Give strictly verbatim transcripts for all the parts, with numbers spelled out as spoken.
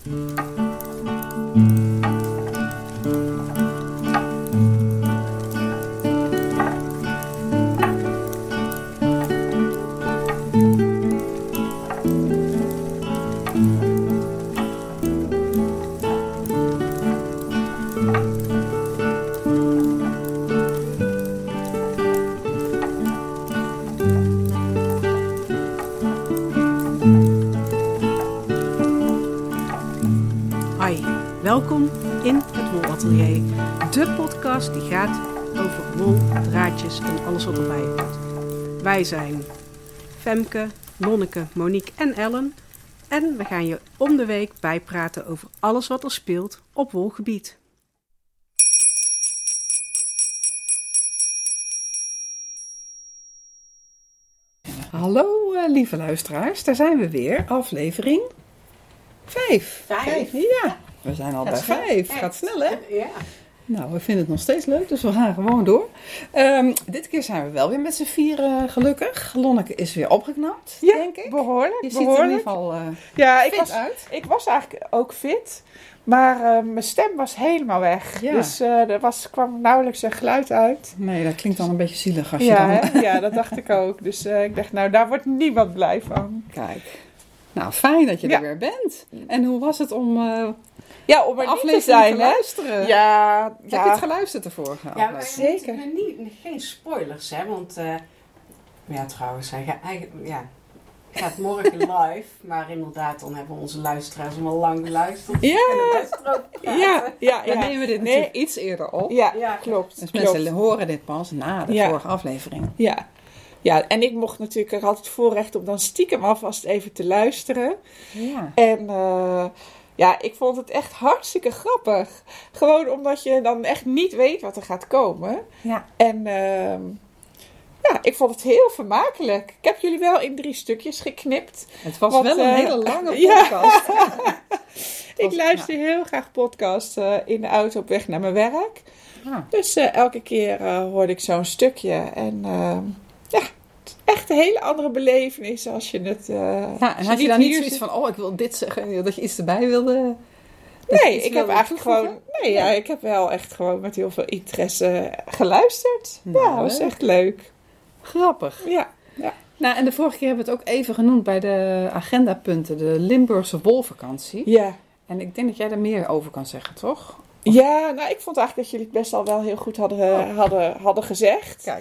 Welkom in het Wolatelier, de podcast die gaat over wol, draadjes en alles wat erbij hoort. Wij zijn Femke, Nonneke, Monique en Ellen en we gaan je om de week bijpraten over alles wat er speelt op wolgebied. Hallo uh, lieve luisteraars, daar zijn we weer, aflevering vijf. Vijf? Ja, we zijn al bij vijf. Gaat snel, hè? Ja. Nou, we vinden het nog steeds leuk, dus we gaan gewoon door. Um, dit keer zijn we wel weer met z'n vieren gelukkig. Lonneke is weer opgeknapt, Ja, denk ik. behoorlijk. Je ziet behoorlijk. er in ieder geval uh, ja, ik fit was, uit. Ik was eigenlijk ook fit, maar uh, mijn stem was helemaal weg. Ja. Dus uh, er was, kwam nauwelijks een geluid uit. Nee, dat klinkt dan een beetje zielig als je Ja, dan... hè? Ja, dat dacht ik ook. Dus uh, ik dacht, nou, daar wordt niemand blij van. Kijk. Nou, fijn dat je Ja. er weer bent. En hoe was het om uh, Ja, om er de niet te aflevering zijn, te hè? luisteren? Ja, Heb je het ja. geluisterd ervoor gehad? Ja, maar Zeker. Niet, niet, geen spoilers, hè? Want, uh, ja, trouwens, hij gaat, hij, ja, gaat morgen live. Maar inderdaad, dan hebben onze luisteraars hem al lang geluisterd. Ja. We kunnen best erover praten. Ja, ja, We ja. nemen dit Nee. natuurlijk iets eerder op. Ja, Ja. klopt. Dus klopt. mensen horen dit pas na de Ja. vorige aflevering. Ja. Ja, en ik mocht natuurlijk er altijd voorrecht om dan stiekem alvast even te luisteren. Ja. En uh, ja, ik vond het echt hartstikke grappig. Gewoon omdat je dan echt niet weet wat er gaat komen. Ja. En uh, ja, ik vond het heel vermakelijk. Ik heb jullie wel in drie stukjes geknipt. Het was Want, wel een uh, hele lange ja. podcast. Ik luister heel graag podcasts uh, in de auto op weg naar mijn werk. Ja. Dus uh, elke keer uh, hoorde ik zo'n stukje. En uh, ja, het is echt een hele andere belevenis als je het... Uh, Ja, en had je dan hier niet zoiets zit. van, oh, ik wil dit zeggen, dat je iets erbij wilde? Nee, iets ik heb wilde eigenlijk toevoegen? gewoon... Nee, ja, ik heb wel echt gewoon met heel veel interesse geluisterd. Nou, ja, dat was leuk. echt leuk. Grappig. Ja, ja. Nou, en de vorige keer hebben we het ook even genoemd bij de agendapunten, de Limburgse wolvakantie. Ja. En ik denk dat jij er meer over kan zeggen, toch? Ja, nou, ik vond eigenlijk dat jullie het best al wel heel goed hadden, Oh. hadden, hadden gezegd. Kijk.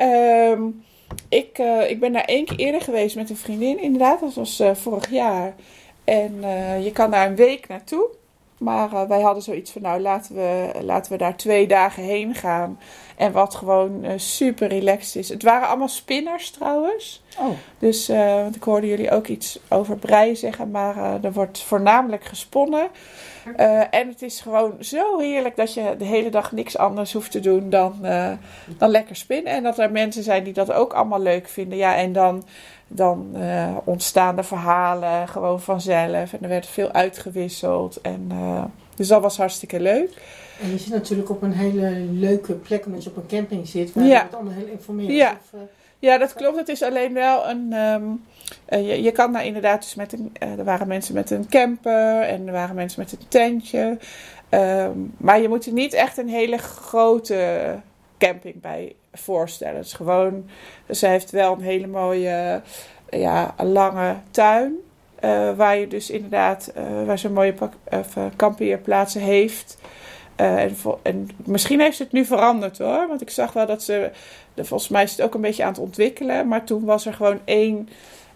Um, ik, uh, ik ben daar één keer eerder geweest met een vriendin, inderdaad. Dat was uh, vorig jaar. En uh, je kan daar een week naartoe. Maar uh, wij hadden zoiets van, nou, laten we, laten we daar twee dagen heen gaan. En wat gewoon uh, super relaxed is. Het waren allemaal spinners trouwens. Oh. Dus, uh, want ik hoorde jullie ook iets over brei zeggen. Maar uh, er wordt voornamelijk gesponnen. Uh, en het is gewoon zo heerlijk dat je de hele dag niks anders hoeft te doen dan, uh, dan lekker spinnen. En dat er mensen zijn die dat ook allemaal leuk vinden. Ja, en dan, dan uh, ontstaan de verhalen gewoon vanzelf. En er werd veel uitgewisseld. En, uh, dus dat was hartstikke leuk. En je zit natuurlijk op een hele leuke plek omdat je op een camping zit. Waar Ja. je het allemaal heel informeel is. Ja. Of, uh, Ja, dat klopt. Het is alleen wel een... Um, uh, je, je kan daar inderdaad dus met een... Uh, er waren mensen met een camper en er waren mensen met een tentje. Um, maar je moet er niet echt een hele grote camping bij voorstellen. Het is gewoon... Ze heeft wel een hele mooie, uh, ja, een lange tuin. Uh, waar je dus inderdaad... Uh, waar ze mooie pak, uh, kampeerplaatsen heeft. Uh, en, vo- en misschien heeft het nu veranderd hoor. Want ik zag wel dat ze... De, volgens mij is het ook een beetje aan het ontwikkelen. Maar toen was er gewoon één...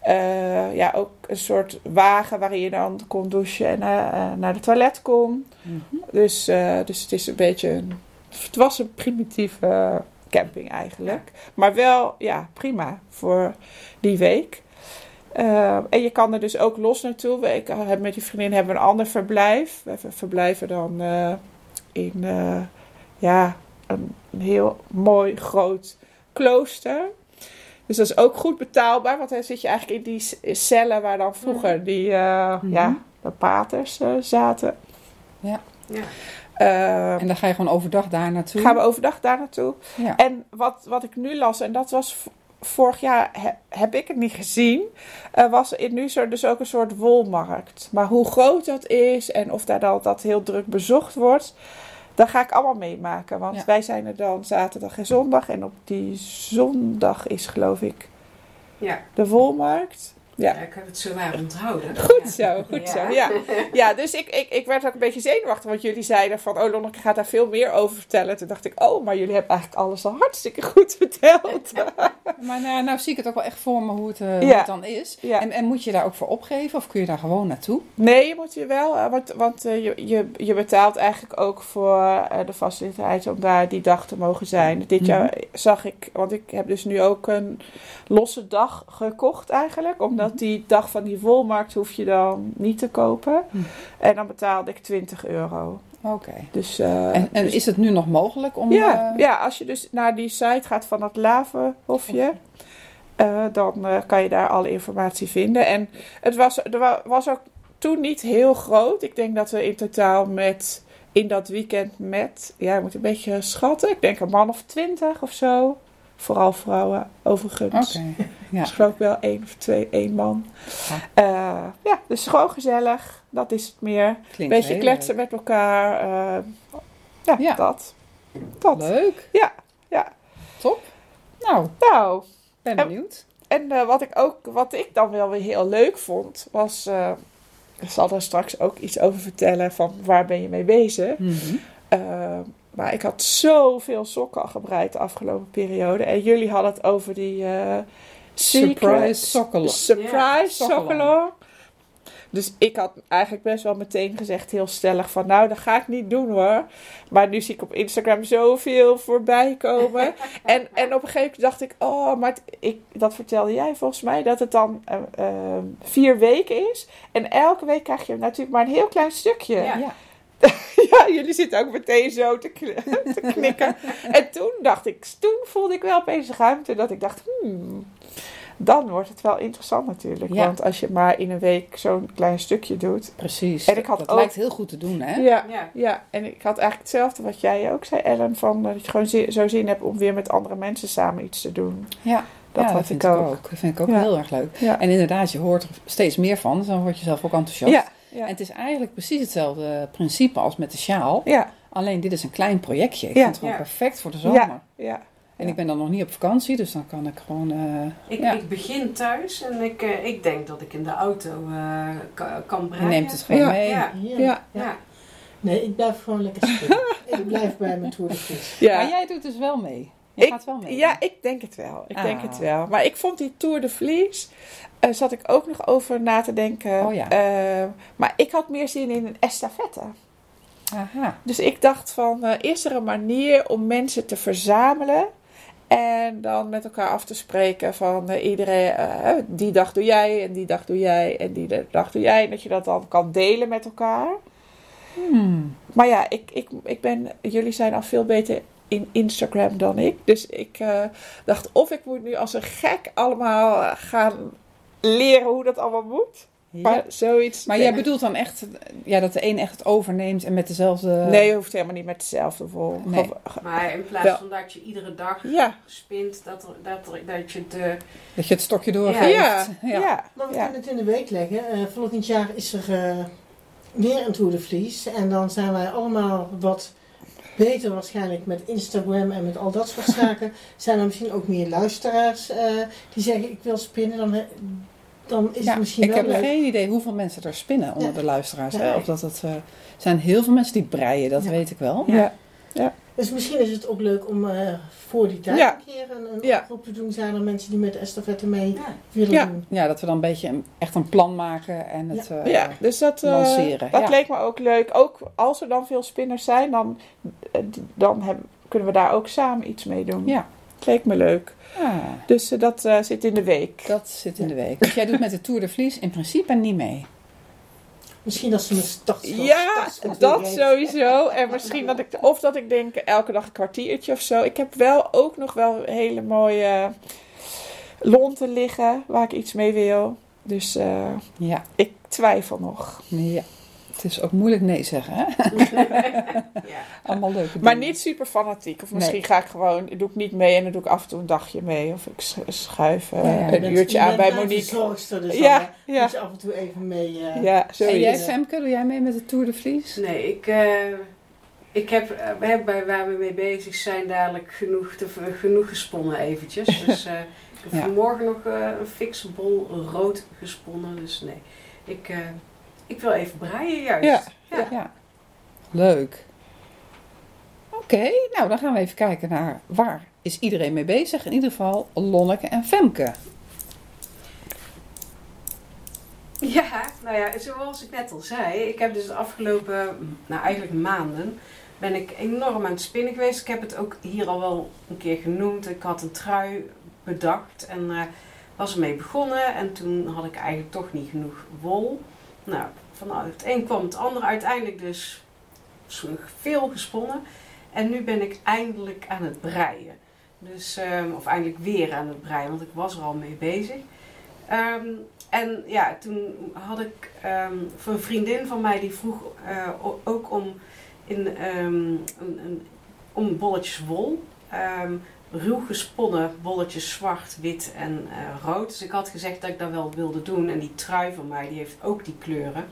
Uh, ja, ook een soort wagen waarin je dan kon douchen en uh, naar de toilet kon. Mm-hmm. Dus, uh, dus het is een beetje... Een, het was een primitieve camping eigenlijk. Maar wel, ja, prima voor die week. Uh, en je kan er dus ook los naartoe. Ik heb met die vriendin hebben we een ander verblijf. We verblijven dan uh, in uh, ja, een, een heel mooi groot klooster. Dus dat is ook goed betaalbaar. Want dan zit je eigenlijk in die cellen waar dan vroeger die uh, mm-hmm. ja, de paters uh, zaten. Ja. Ja. Uh, En dan ga je gewoon overdag daar naartoe? Gaan we overdag daar naartoe. Ja. En wat, wat ik nu las, en dat was vorig jaar he, heb ik het niet gezien. Uh, was er nu zo, dus ook een soort wolmarkt. Maar hoe groot dat is en of daar dan dat heel druk bezocht wordt, dat ga ik allemaal meemaken. Want ja. wij zijn er dan zaterdag en zondag. En op die zondag is geloof ik ja. de wolmarkt. Ja. ja, ik heb het zo waar onthouden. Goed ja. zo, goed ja. zo. Ja, ja dus ik, ik, ik werd ook een beetje zenuwachtig. Want jullie zeiden van, oh Lonneke gaat daar veel meer over vertellen. Toen dacht ik, oh, maar jullie hebben eigenlijk alles al hartstikke goed verteld. Maar nou, nou zie ik het ook wel echt voor me hoe het, uh, ja. hoe het dan is. Ja. En, en moet je daar ook voor opgeven of kun je daar gewoon naartoe? Nee, je moet je wel. Uh, want want uh, je, je, je betaalt eigenlijk ook voor uh, de faciliteit om daar die dag te mogen zijn. Dit jaar mm-hmm. zag ik, want ik heb dus nu ook een losse dag gekocht eigenlijk. Omdat mm-hmm. die dag van die wolmarkt hoef je dan niet te kopen. Mm. En dan betaalde ik twintig euro. Oké. Okay. Dus, uh, en en dus, is het nu nog mogelijk om... Ja, uh... ja, als je dus naar die site gaat van het Lavenhofje, uh, dan uh, kan je daar alle informatie vinden. En het was, er was ook toen niet heel groot. Ik denk dat we in totaal met, in dat weekend met, ja, je moet een beetje schatten. Ik denk een man of twintig of zo. Vooral vrouwen, overigens. Oké. Okay. Ja. Dus geloof ik wel één of twee, één man. Ja, uh, ja dus gewoon gezellig. Dat is het meer. Een beetje kletsen leuk. Met elkaar. Uh, ja, ja, dat. dat. Leuk. Ja, ja. Top. Nou, nou ben benieuwd. En, en uh, wat ik ook, wat ik dan wel weer heel leuk vond, was, uh, ik zal er straks ook iets over vertellen van waar ben je mee bezig. Mm-hmm. Uh, maar ik had zoveel sokken al gebreid de afgelopen periode. En jullie hadden het over die uh, Surprise Sokkelor. Surprise yeah. Sokkelor. Dus ik had eigenlijk best wel meteen gezegd, heel stellig, van nou, dat ga ik niet doen hoor. Maar nu zie ik op Instagram zoveel voorbij komen. en, en op een gegeven moment dacht ik, oh, maar het, ik, dat vertelde jij volgens mij, dat het dan uh, uh, vier weken is. En elke week krijg je natuurlijk maar een heel klein stukje. Ja. ja. Ja, jullie zitten ook meteen zo te, kn- te knikken. En toen dacht ik, toen voelde ik wel opeens de ruimte dat ik dacht, hmm, dan wordt het wel interessant natuurlijk. Ja. Want als je maar in een week zo'n klein stukje doet. Precies, en ik had dat ook, lijkt heel goed te doen, hè? Ja, ja. ja, en ik had eigenlijk hetzelfde wat jij ook zei, Ellen. Van, dat je gewoon zi- zo zin hebt om weer met andere mensen samen iets te doen. Ja. Dat, ja, dat vind ik ik ook. ook. Dat vind ik ook ja. heel erg leuk. Ja. En inderdaad, je hoort er steeds meer van. Dus dan word je zelf ook enthousiast. Ja. Ja. En het is eigenlijk precies hetzelfde principe als met de sjaal. Ja. Alleen dit is een klein projectje. Ik ja. vind het gewoon ja. perfect voor de zomer. Ja. Ja. En ik ben dan nog niet op vakantie, dus dan kan ik gewoon... Uh, ik, ja. ik begin thuis en ik, uh, ik denk dat ik in de auto uh, kan, kan breien. Je neemt het gewoon ja. mee. Ja. Ja. Ja. Ja. Nee, ik blijf gewoon lekker spelen. Ik blijf bij mijn Tour de France. Ja. Maar jij doet dus wel mee. Je ik, gaat wel mee. Ja, ik denk het wel. Ik ah. denk het wel. Maar ik vond die Tour de Vlies, uh, zat ik ook nog over na te denken. Oh ja. Uh, maar ik had meer zin in een estafette. Aha. Dus ik dacht van, uh, is er een manier om mensen te verzamelen en dan met elkaar af te spreken van uh, iedereen, uh, die dag doe jij en die dag doe jij en die dag doe jij. En dat je dat dan kan delen met elkaar. Hmm. Maar ja, ik, ik, ik ben, jullie zijn al veel beter in Instagram dan ik. Dus ik uh, dacht, of ik moet nu als een gek allemaal uh, gaan leren hoe dat allemaal moet. Ja. Maar zoiets. Maar jij bedoelt dan echt ja, dat de een echt het overneemt en met dezelfde... Nee, je hoeft helemaal niet met dezelfde vol. Nee. Maar in plaats wel. van dat je iedere dag Ja. spint, dat, er, dat, er, dat je de... Dat je het stokje doorgeeft. Ja, ja. ja. Maar we ja. kunnen het in de week leggen. Uh, volgend jaar is er uh, weer een Tour de Vlies. En dan zijn wij allemaal wat beter waarschijnlijk met Instagram en met al dat soort zaken. Zijn er misschien ook meer luisteraars uh, die zeggen ik wil spinnen. Dan, dan is ja, het misschien ik wel heb leuk. geen idee hoeveel mensen er spinnen onder ja. de luisteraars. Ja. Hè? Of dat het uh, zijn heel veel mensen die breien, dat ja. weet ik wel. Ja. Ja. Dus misschien is het ook leuk om uh, voor die tijd Ja. een keer een, een Ja. oproep te doen. Zijn er mensen die met de estafette mee Ja. willen Ja. doen? Ja, dat we dan een beetje een, echt een plan maken en het Ja. uh, Ja, dus dat, uh, lanceren. dat ja. leek me ook leuk. Ook als er dan veel spinners zijn, dan, dan hebben, kunnen we daar ook samen iets mee doen. Ja. Het leek me leuk. Ah, Dus uh, dat uh, zit in de week. dat zit in de week. Dus jij doet met de Tour de Vlies in principe niet mee. Misschien dat ze een startschot Ja, startschot dat geeft. sowieso. En misschien dat ik, of dat ik denk elke dag een kwartiertje of zo. Ik heb wel ook nog wel hele mooie lonten liggen waar ik iets mee wil. Dus uh, Ja. ik twijfel nog. Ja. Het is ook moeilijk nee zeggen, hè? Ja. allemaal leuke dingen. Maar niet super fanatiek. Of misschien Nee. ga ik gewoon, doe ik niet mee en dan doe ik af en toe een dagje mee. Of ik sch- schuif uh, Ja, ja. een uurtje aan bij Monique. Zorgster, dus Ja, dan, uh, ja. moet je af en toe even mee. Uh, Ja, En zoiets. jij, Femke, doe jij mee met de Tour de Vlies? Nee, ik, uh, ik heb, uh, we hebben bij waar we mee bezig zijn dadelijk genoeg, te, genoeg gesponnen eventjes. Dus uh, ik heb Ja. vanmorgen nog uh, een fikse bol rood gesponnen. Dus nee, ik, uh, ik wil even breien juist. Ja. Ja. Ja. Leuk. Oké, nou dan gaan we even kijken naar waar is iedereen mee bezig. In ieder geval Lonneke en Femke. Ja, nou ja, zoals ik net al zei, ik heb dus de afgelopen, nou eigenlijk maanden, ben ik enorm aan het spinnen geweest. Ik heb het ook hier al wel een keer genoemd. Ik had een trui bedacht en uh, was ermee begonnen. En toen had ik eigenlijk toch niet genoeg wol. Nou, van het een kwam het ander. Uiteindelijk dus veel gesponnen. En nu ben ik eindelijk aan het breien. Dus, um, of eindelijk weer aan het breien, want ik was er al mee bezig. Um, en ja, toen had ik um, voor een vriendin van mij die vroeg uh, ook om, in, um, een, een, om bolletjes wol. Um, ruw gesponnen bolletjes zwart, wit en uh, rood. Dus ik had gezegd dat ik dat wel wilde doen. En die trui van mij die heeft ook die kleuren.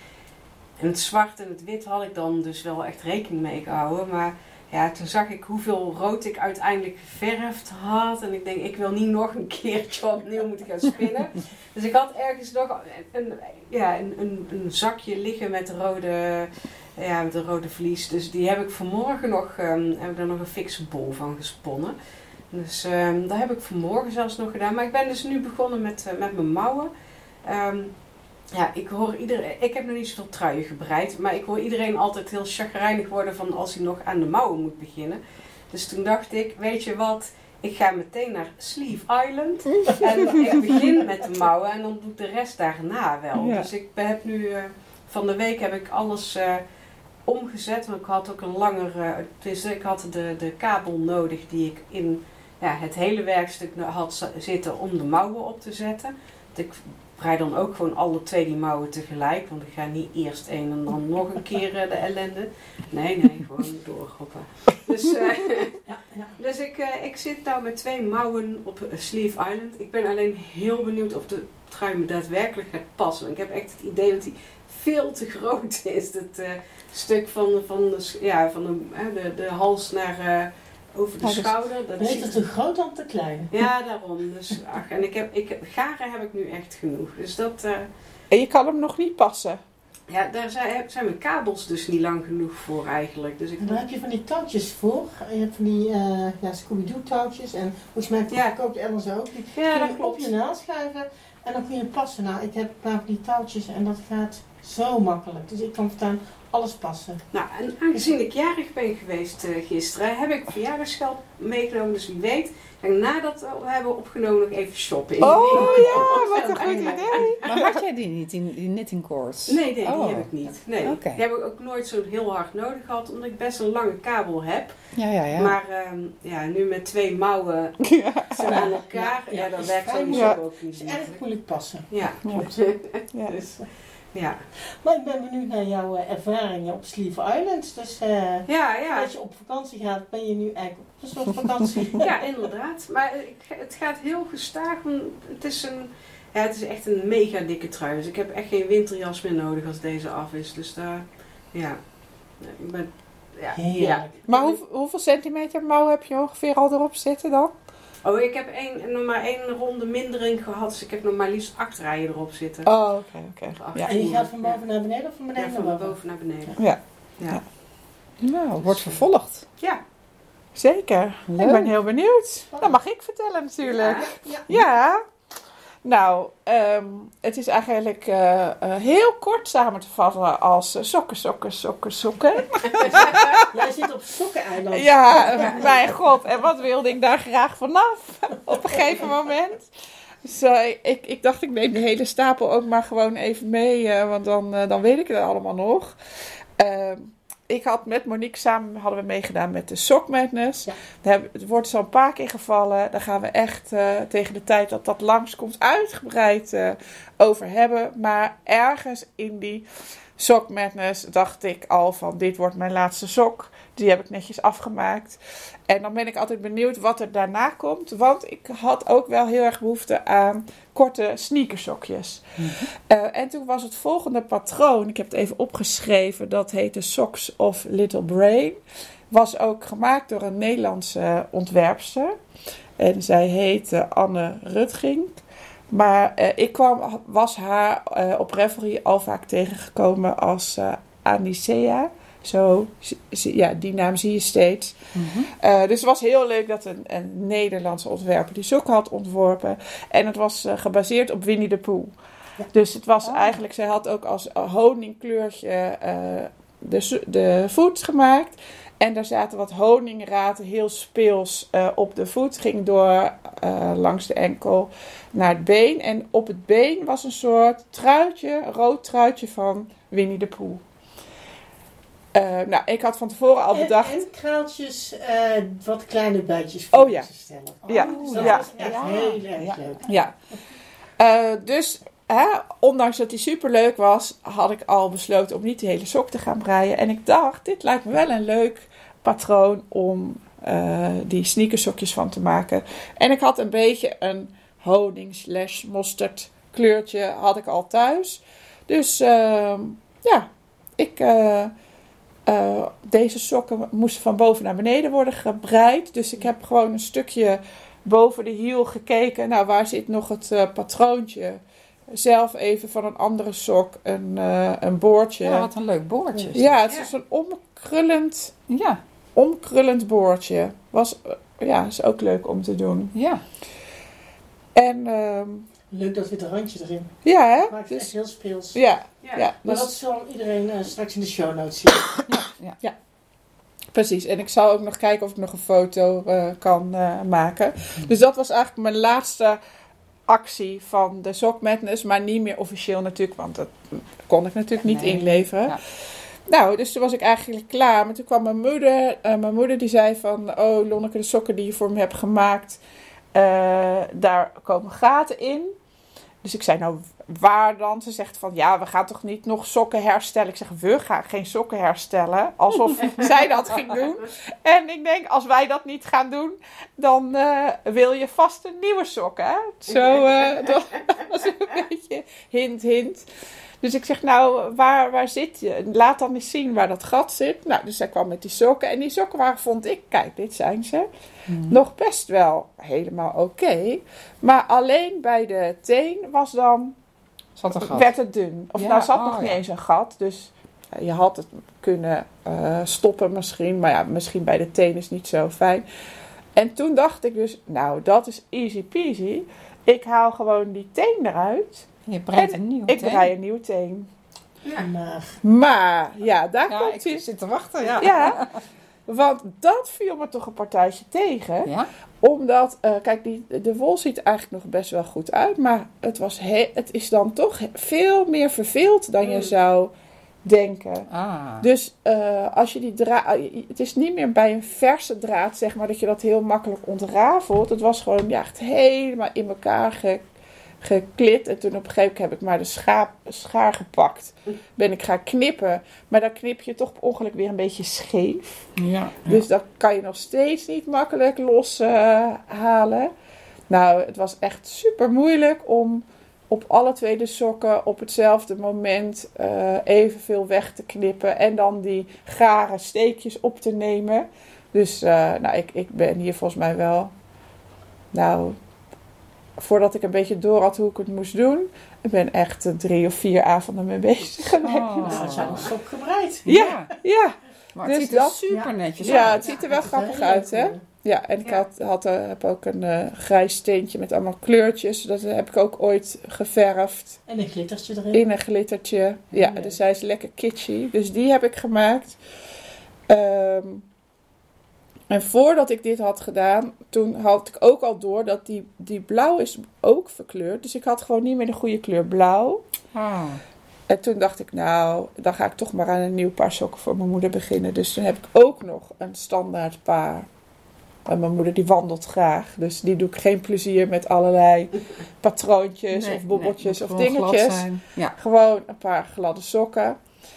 En het zwart en het wit had ik dan dus wel echt rekening mee gehouden. Maar ja, toen zag ik hoeveel rood ik uiteindelijk geverfd had. En ik denk, ik wil niet nog een keertje opnieuw moeten gaan spinnen. Dus ik had ergens nog een, ja, een, een, een zakje liggen met de rode, ja, met de rode vlies. Dus die heb ik vanmorgen nog, um, heb ik daar nog een fikse bol van gesponnen. Dus um, dat heb ik vanmorgen zelfs nog gedaan. Maar ik ben dus nu begonnen met, uh, met mijn mouwen. Um, Ja, ik hoor iedereen. Ik heb nog niet zoveel truien gebreid, maar ik hoor iedereen altijd heel chagrijnig worden van als hij nog aan de mouwen moet beginnen. Dus toen dacht ik, weet je wat, ik ga meteen naar Sleeve Island en ik begin met de mouwen en dan doe ik de rest daarna wel. Ja. Dus ik heb nu, uh, van de week heb ik alles uh, omgezet, want ik had ook een langere, dus ik had de, de kabel nodig die ik in ja, het hele werkstuk had zitten om de mouwen op te zetten. Ik breid dan ook gewoon alle twee die mouwen tegelijk. Want ik ga niet eerst één en dan nog een keer uh, de ellende. Nee, nee, gewoon doorhoppen. Dus, uh, ja, ja. dus ik, uh, ik zit nou met twee mouwen op Sleeve Island. Ik ben alleen heel benieuwd of de trui me daadwerkelijk gaat passen. Ik heb echt het idee dat die veel te groot is. Dat uh, stuk van, van, de, ja, van de, uh, de, de hals naar... Uh, over de Oh, dus schouder. Dat Beter ziet te groot dan te klein. Ja, daarom. Dus, ach, en ik heb, ik, garen heb ik nu echt genoeg. Dus dat... Uh, En je kan hem nog niet passen. ja, daar zijn, zijn mijn kabels dus niet lang genoeg voor eigenlijk. Dus ik... En daar heb je van die touwtjes voor. Je hebt van die uh, ja, Scooby-Doo touwtjes. En volgens mij Ja. koopt Ellen ook. Die Ja, kun dat je op klopt. je naald schuiven. En dan kun je passen. Nou, ik heb maar die touwtjes en dat gaat zo makkelijk. Dus ik kan voortaan alles passen. Nou, en aangezien ik jarig ben geweest uh, gisteren, heb ik verjaardagsgeld meegenomen. Dus wie weet, ga ik nadat we hebben opgenomen nog even shoppen. In de Oh winkel. ja, wat een goed idee. Maar had jij die niet, die, die knitting course? Nee, nee, die Oh. heb ik niet. Nee, Oké. die heb ik ook nooit zo heel hard nodig gehad, omdat ik best een lange kabel heb. Ja, ja, ja. Maar um, ja, nu met twee mouwen Ja. zo aan elkaar, ja, Ja, dat is werkt fijn, sowieso ja. ook niet. Het is erg moeilijk passen. Ja, Ja. Ja. dus, ja. Maar ik ben benieuwd naar jouw uh, ervaringen op Sleeve Island. Dus uh, Ja, ja. als je op vakantie gaat, ben je nu eigenlijk op een soort vakantie. Ja, inderdaad. Maar ik- het gaat heel gestaag. want Het is, een, ja, het is echt een mega dikke trui. Dus ik heb echt geen winterjas meer nodig als deze af is. Dus daar, ja. Ik ben, ja, Heerlijk. ja. Maar hoe, hoeveel centimeter mouw heb je ongeveer al erop zitten dan? Oh, ik heb één, nog maar één ronde mindering gehad. Dus ik heb nog maar liefst acht rijen erop zitten. Oh, oké, oké. Acht Ja. En je gaat van Ja. boven naar beneden of van Ja, beneden van naar boven? boven naar beneden. Ja, Ja. Nou, wordt vervolgd. Ja. zeker. Leuk. Ik ben heel benieuwd. Dat mag ik vertellen natuurlijk. Ja. Ja. Ja. Nou, ehm, het is eigenlijk eh, eh, heel kort samen te vatten als eh, sokken, sokken, sokken, sokken. Jij zit op sokkeneiland. Ja, mijn god. En wat wilde ik daar graag vanaf op een gegeven moment? Dus eh, ik, ik dacht, ik neem de hele stapel ook maar gewoon even mee, eh, want dan, eh, dan weet ik het allemaal nog. Ehm, ik had met Monique samen hadden we meegedaan met de Sock Madness. Ja. Daar hebben- Het wordt zo een paar keer gevallen. Daar gaan we echt eh, tegen de tijd dat dat langskomt uitgebreid eh, over hebben. Maar ergens in die Sock Madness dacht ik al van dit wordt mijn laatste sok. Die heb ik netjes afgemaakt. En dan ben ik altijd benieuwd wat er daarna komt. Want ik had ook wel heel erg behoefte aan korte sneakersokjes. Mm-hmm. Uh, en toen was het volgende patroon. Ik heb het even opgeschreven. Dat heette Socks of Little Brain. Was ook gemaakt door een Nederlandse ontwerpster. En zij heette Anne Rutging. Maar uh, ik kwam, was haar uh, op Revelry al vaak tegengekomen als uh, Anicea. Zo, ja, die naam zie je steeds. Mm-hmm. Uh, dus het was heel leuk dat een, een Nederlandse ontwerper die sokken had ontworpen. En het was uh, gebaseerd op Winnie de Pooh. Ja. Dus het was oh. eigenlijk, zij had ook als honingkleurtje uh, de, de voet gemaakt. En daar zaten wat honingraten, heel speels uh, op de voet. Ging door uh, langs de enkel naar het been. En op het been was een soort truitje, rood truitje van Winnie de Pooh. Uh, nou, ik had van tevoren al bedacht... En, en kraaltjes, uh, wat kleine buitjes voor oh, ja. te stellen. Oh, ja. Dus dat ja. was echt ja. heel erg ja. leuk. Ja. Uh, dus, hè, ondanks dat hij superleuk was, had ik al besloten om niet de hele sok te gaan breien. En ik dacht, dit lijkt me wel een leuk patroon om uh, die sneakersokjes van te maken. En ik had een beetje een honing slash mosterd kleurtje had ik al thuis. Dus, uh, ja, ik... Uh, Uh, deze sokken moesten van boven naar beneden worden gebreid. Dus ik heb gewoon een stukje boven de hiel gekeken. Nou, waar zit nog het uh, patroontje? Zelf even van een andere sok een, uh, een boordje. Ja, wat een leuk boordje. Ja, het is een omkrullend, ja. omkrullend boordje. Was, uh, ja, is ook leuk om te doen. Ja. En... Um, leuk dat witte randje erin. Ja, hè? Maakt het dus, echt heel speels. Ja. ja. ja maar dus, dat zal iedereen uh, straks in de show notes zien. ja, ja. ja. Precies. En ik zal ook nog kijken of ik nog een foto uh, kan uh, maken. Dus dat was eigenlijk mijn laatste actie van de Sock Madness. Maar niet meer officieel natuurlijk. Want dat kon ik natuurlijk niet nee. inleveren. Ja. Nou, dus toen was ik eigenlijk klaar. Maar toen kwam mijn moeder. Uh, mijn moeder die zei van... Oh, Lonneke, de sokken die je voor me hebt gemaakt... Uh, daar komen gaten in. Dus ik zei, nou, waar dan? Ze zegt van, ja, we gaan toch niet nog sokken herstellen? Ik zeg, we gaan geen sokken herstellen. Alsof zij dat ging doen. En ik denk, als wij dat niet gaan doen, dan uh, wil je vast een nieuwe sok, hè? Zo, uh, dat was een beetje hint, hint. Dus ik zeg, nou, waar, waar zit je? Laat dan eens zien waar dat gat zit. Nou, dus zij kwam met die sokken. En die sokken waren, vond ik, kijk, dit zijn ze. Hmm. Nog best wel helemaal oké. Okay, maar alleen bij de teen was dan... Zat een gat. Werd het dun. Of ja, nou zat oh, nog niet ja. eens een gat. Dus uh, je had het kunnen uh, stoppen misschien. Maar ja, misschien bij de teen is niet zo fijn. En toen dacht ik dus, nou, dat is easy peasy. Ik haal gewoon die teen eruit. Je breidt een nieuwe ik teen. Ik brei een nieuwe teen. Ja. Maar. maar, ja, daar ja, komt hij. Ik zit te wachten, ja. Ja, want dat viel me toch een partijtje tegen. Ja? Omdat, uh, kijk, die, de wol ziet er eigenlijk nog best wel goed uit. Maar het, was he- het is dan toch veel meer verveeld dan je zou denken. Ah. Dus uh, als je die draad... Het is niet meer bij een verse draad, zeg maar, dat je dat heel makkelijk ontrafelt. Het was gewoon ja, echt helemaal in elkaar ge, geklit. En toen op een gegeven moment heb ik maar de schaap, schaar gepakt. Ben ik gaan knippen. Maar dan knip je toch per ongeluk weer een beetje scheef. Ja, ja. Dus dat kan je nog steeds niet makkelijk los uh, halen. Nou, het was echt super moeilijk om op alle twee de sokken op hetzelfde moment uh, evenveel weg te knippen. En dan die gare steekjes op te nemen. Dus uh, nou, ik, ik ben hier volgens mij wel... Nou, voordat ik een beetje door had hoe ik het moest doen... Ik ben echt uh, drie of vier avonden mee bezig geweest. Oh, nou, het zijn een sok gebreid. Ja, ja. ja. Maar het dus ziet er dat, super netjes ja, uit. het ziet er wel ja, grappig uit, hè? Ja, en ik ja. had, had, uh, heb ook een uh, grijs steentje met allemaal kleurtjes. Dat heb ik ook ooit geverfd. En een glittertje erin. In een glittertje. Ja, ja. Dus hij is lekker kitschy. Dus die heb ik gemaakt. Um, en voordat ik dit had gedaan, toen had ik ook al door dat die, die blauw is ook verkleurd. Dus ik had gewoon niet meer de goede kleur blauw. Ah. En toen dacht ik, nou, dan ga ik toch maar aan een nieuw paar sokken voor mijn moeder beginnen. Dus toen heb ik ook nog een standaard paar. En mijn moeder die wandelt graag. Dus die doe ik geen plezier met allerlei patroontjes nee, of bobbeltjes nee, of dingetjes. Ja. Gewoon een paar gladde sokken.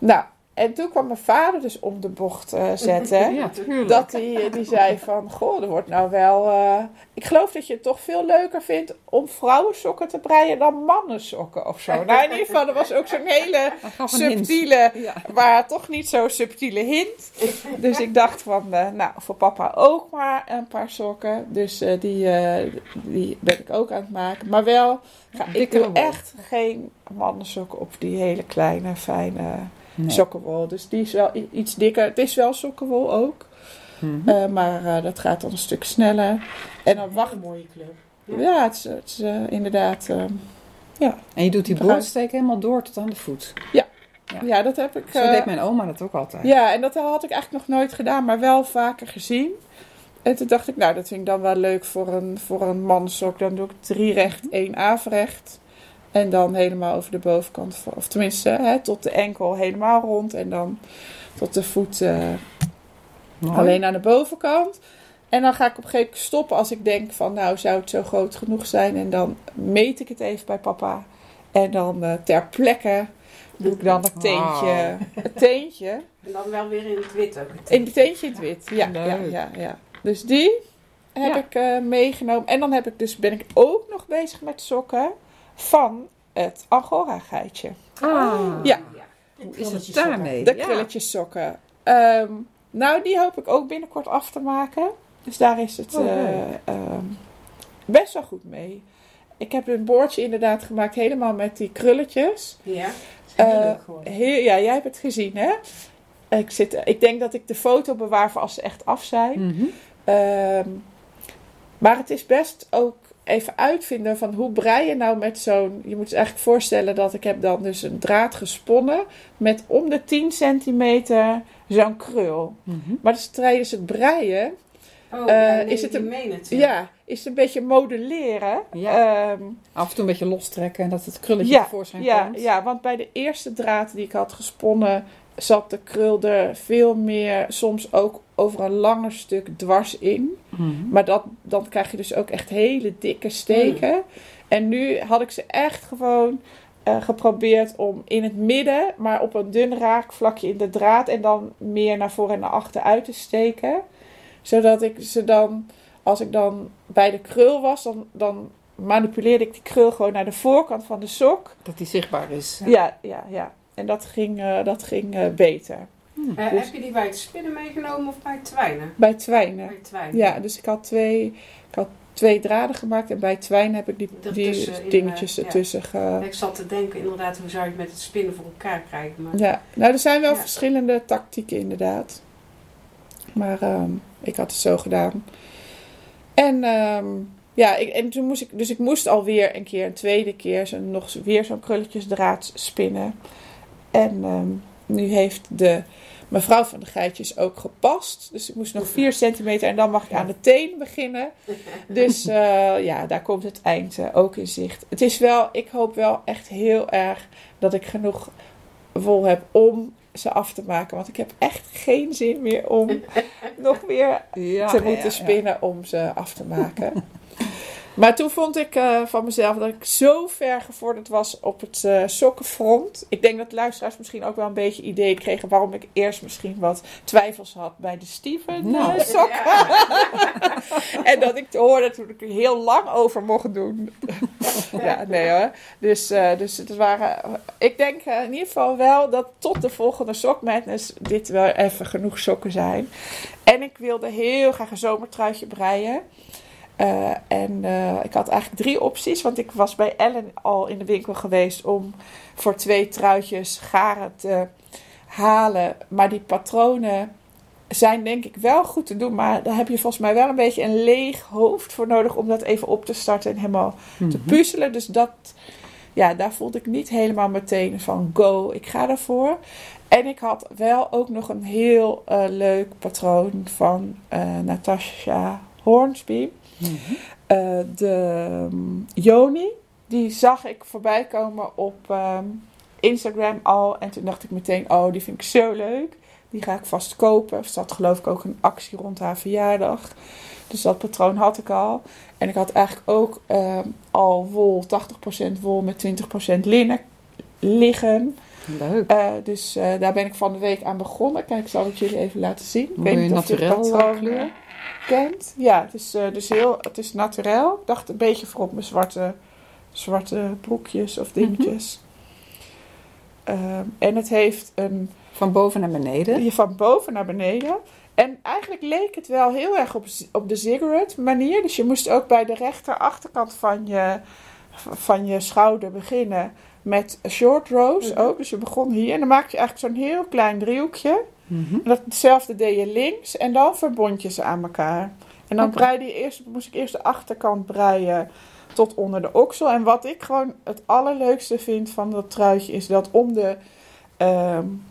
Nou, en toen kwam mijn vader dus om de bocht uh, zetten. Ja, tuurlijk. Dat die, die zei van, goh, er wordt nou wel... Uh, ik geloof dat je het toch veel leuker vindt om vrouwensokken te breien dan mannensokken of zo. Nou, in ieder geval, er was ook zo'n hele subtiele, ja. maar toch niet zo subtiele hint. Dus ik dacht van, uh, nou, voor papa ook maar een paar sokken. Dus uh, die, uh, die ben ik ook aan het maken. Maar wel, ga, ik doe echt geen mannensokken op die hele kleine, fijne... Nee. Sokkenwol, dus die is wel iets dikker. Het is wel sokkenwol ook, mm-hmm. uh, maar uh, dat gaat dan een stuk sneller. En dan wacht een mooie kleur. Ja, ja het is, het is uh, inderdaad. Uh, ja. En je doet die boordsteek helemaal door tot aan de voet. Ja, ja. ja dat heb ik. Zo uh, deed mijn oma dat ook altijd. Ja, en dat had ik eigenlijk nog nooit gedaan, maar wel vaker gezien. En toen dacht ik, nou, dat vind ik dan wel leuk voor een, voor een mansok. Dan doe ik drie recht, één averecht. En dan helemaal over de bovenkant, of tenminste hè, tot de enkel helemaal rond. En dan tot de voet uh, alleen aan de bovenkant. En dan ga ik op een gegeven moment stoppen als ik denk van nou zou het zo groot genoeg zijn. En dan meet ik het even bij papa. En dan uh, ter plekke doe ik dan het teentje. Wow. Het teentje. En dan wel weer in het wit ook. Het in het teentje in het wit, ja. ja, ja, ja, ja. Dus die heb ja. ik uh, meegenomen. En dan heb ik dus, ben ik ook nog bezig met sokken. Van het Angora-geitje. Ah, ja. Hoe is het daarmee? De krulletjes sokken. Um, nou, die hoop ik ook binnenkort af te maken. Dus daar is het oh, uh, um, best wel goed mee. Ik heb een boordje inderdaad gemaakt, helemaal met die krulletjes. Ja, uh, heel, ja, jij hebt het gezien, hè? Ik, zit, ik denk dat ik de foto bewaar voor als ze echt af zijn. Mm-hmm. Um, maar het is best ook even uitvinden van hoe brei je nou met zo'n... Je moet je eigenlijk voorstellen dat ik heb dan dus een draad gesponnen met om de tien centimeter zo'n krul. Mm-hmm. Maar dus tijdens het breien... Oh, uh, ja, is het een, mee ja, is het een beetje modelleren. Ja. Um, Af en toe een beetje lostrekken en dat het krulletje ja, tevoorschijn ja, komt. Ja, want bij de eerste draad die ik had gesponnen... zat de krul er veel meer, soms ook over een langer stuk dwars in. Mm-hmm. Maar dat, dan krijg je dus ook echt hele dikke steken. Mm. En nu had ik ze echt gewoon uh, geprobeerd om in het midden, maar op een dun raakvlakje in de draad en dan meer naar voren en naar achter uit te steken. Zodat ik ze dan, als ik dan bij de krul was, dan, dan manipuleerde ik die krul gewoon naar de voorkant van de sok. Dat die zichtbaar is. Ja, ja, ja. En dat ging, uh, dat ging uh, beter. Hmm. Uh, dus, heb je die bij het spinnen meegenomen of bij het twijnen? Bij het twijnen. Bij het twijnen. Ja, dus ik had twee, ik had twee draden gemaakt en bij het twijnen heb ik die, die dingetjes in, uh, ertussen ja. ge... Ik zat te denken inderdaad, hoe zou je het met het spinnen voor elkaar krijgen? Maar... Ja, nou er zijn wel ja. verschillende tactieken inderdaad. Maar um, ik had het zo gedaan. En... Um, Ja, ik, en toen moest ik, dus ik moest alweer een keer, een tweede keer, zo, nog weer zo'n krulletjesdraad spinnen. En um, nu heeft de mevrouw van de geitjes ook gepast. Dus ik moest nog vier centimeter en dan mag ik aan de teen beginnen. Dus uh, ja, daar komt het eind uh, ook in zicht. Het is wel, ik hoop wel echt heel erg dat ik genoeg wol heb om ze af te maken. Want ik heb echt geen zin meer om nog weer ja, te moeten ja, spinnen ja. om ze af te maken. Maar toen vond ik uh, van mezelf dat ik zo ver gevorderd was op het uh, sokkenfront. Ik denk dat luisteraars misschien ook wel een beetje idee kregen waarom ik eerst misschien wat twijfels had bij de Steven nou, uh, sokken. Ja. En dat ik te hoorde toen ik er heel lang over mocht doen. Ja, nee hoor. Dus, uh, dus het waren, uh, ik denk uh, in ieder geval wel dat tot de volgende Sock Madness dit wel even genoeg sokken zijn. En ik wilde heel graag een zomertruitje breien. Uh, en uh, ik had eigenlijk drie opties, want ik was bij Ellen al in de winkel geweest om voor twee truitjes garen te halen. Maar die patronen zijn denk ik wel goed te doen, maar daar heb je volgens mij wel een beetje een leeg hoofd voor nodig om dat even op te starten en helemaal mm-hmm. te puzzelen. Dus dat, ja, daar voelde ik niet helemaal meteen van go, ik ga ervoor. En ik had wel ook nog een heel uh, leuk patroon van uh, Natasha Hornsby. Mm-hmm. Uh, de um, Joni, die zag ik voorbij komen op um, Instagram al. En toen dacht ik meteen, oh, die vind ik zo leuk. Die ga ik vast kopen. Er zat geloof ik ook een actie rond haar verjaardag. Dus dat patroon had ik al. En ik had eigenlijk ook um, al wol, tachtig procent wol met twintig procent linnen liggen. Leuk. Uh, dus uh, daar ben ik van de week aan begonnen. Kijk, ik zal het jullie even laten zien. Ik Mooie weet niet of je het naturel patroon kleur. kent. Ja, het is, uh, dus heel, het is naturel. Ik dacht een beetje voor op mijn zwarte, zwarte broekjes of dingetjes. Mm-hmm. Uh, en het heeft een... Van boven naar beneden? Je van boven naar beneden. En eigenlijk leek het wel heel erg op, op de ziggurat manier. Dus je moest ook bij de rechter achterkant van je, van je schouder beginnen met short rows mm-hmm. ook. Dus je begon hier en dan maak je eigenlijk zo'n heel klein driehoekje. Mm-hmm. En dat, hetzelfde deed je links en dan verbond je ze aan elkaar. En dan okay. breide je eerst, moest ik eerst de achterkant breien tot onder de oksel. En wat ik gewoon het allerleukste vind van dat truitje is dat om de, um,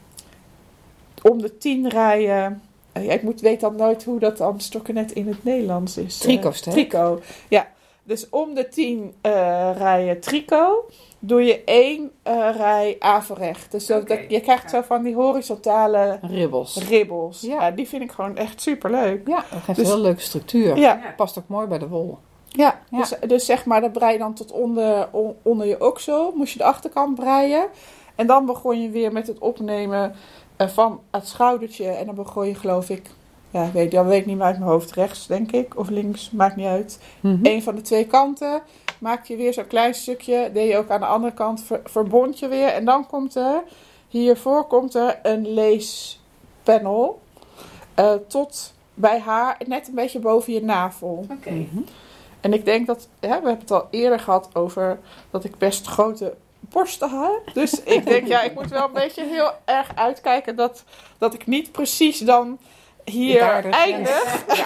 om de tien rijen... Ja, ik moet, weet dan nooit hoe dat dan stokkenet in het Nederlands is. Tricot, uh, Tricot, ja. Dus om de tien uh, rijen tricot doe je één uh, rij averecht. Dus dat, okay. dat, je krijgt zo van die horizontale ribbels. ribbels. Ja. Ja, die vind ik gewoon echt superleuk. Ja, dat geeft dus, een heel leuke structuur. Ja. Past ook mooi bij de wol. Ja, ja. Dus, dus zeg maar, dat brei je dan tot onder, on, onder je oksel. Moest je de achterkant breien. En dan begon je weer met het opnemen van het schoudertje. En dan begon je, geloof ik, ja, weet, dat weet ik niet meer uit mijn hoofd, rechts denk ik, of links, maakt niet uit. Mm-hmm. Eén van de twee kanten maak je weer zo'n klein stukje, deed je ook aan de andere kant, ver, verbond je weer. En dan komt er, hiervoor komt er een leespanel uh, tot bij haar, net een beetje boven je navel. Oké. Okay. Mm-hmm. En ik denk dat, ja, we hebben het al eerder gehad over dat ik best grote borsten had. Dus ik denk, ja, ik moet wel een beetje heel erg uitkijken dat, dat ik niet precies dan hier eindig. Ja.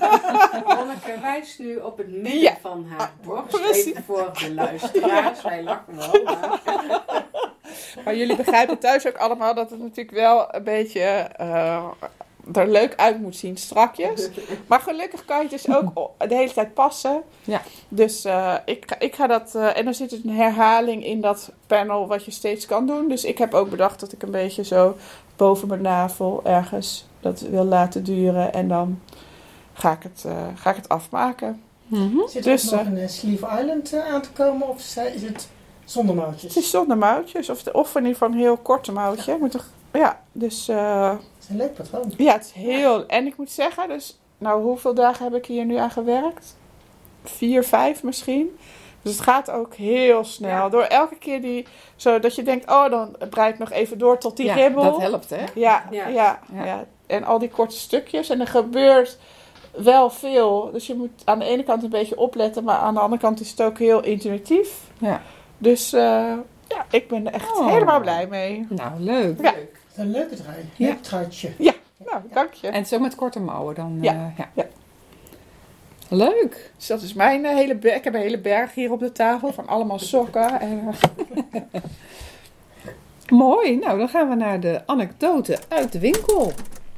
Lonneke wijst nu op het midden ja. van haar borst. Even voor de luisteraars. Ja. Wij lachen wel. Maar. maar jullie begrijpen thuis ook allemaal dat het natuurlijk wel een beetje uh, er leuk uit moet zien, strakjes. Maar gelukkig kan je het dus ook de hele tijd passen. Ja. Dus uh, ik, ga, ik ga dat... Uh, en er zit een herhaling in dat panel wat je steeds kan doen. Dus ik heb ook bedacht dat ik een beetje zo boven mijn navel ergens dat wil laten duren. En dan ga ik het, uh, ga ik het afmaken. Mm-hmm. Zit er dus, nog uh, een Sleeve Island uh, aan te komen? Of is het zonder mouwtjes? Het is zonder mouwtjes. Of, de, of in ieder geval een heel korte mouwtje. Ja, moet er, ja dus... Uh, Een leuk patroon. Ja, het is heel... En ik moet zeggen, dus... Nou, hoeveel dagen heb ik hier nu aan gewerkt? Vier, vijf misschien. Dus het gaat ook heel snel. Ja. Door elke keer die... Zodat je denkt, oh, dan breid ik nog even door tot die ja, ribbel. dat helpt, hè? Ja, ja, ja, ja. ja. En al die korte stukjes. En er gebeurt wel veel. Dus je moet aan de ene kant een beetje opletten. Maar aan de andere kant is het ook heel intuïtief. Ja. Dus uh, ja, ik ben er echt oh. helemaal blij mee. Nou, leuk. Ja. Leuk. Een leuke draai. Ja. Leuk truitje. Ja, nou, dank je. En zo met korte mouwen dan. Ja. Uh, ja. ja. Leuk. Dus dat is mijn uh, hele berg. Ik heb een hele berg hier op de tafel van allemaal sokken. En, uh... Mooi. Nou, dan gaan we naar de anekdote uit de winkel.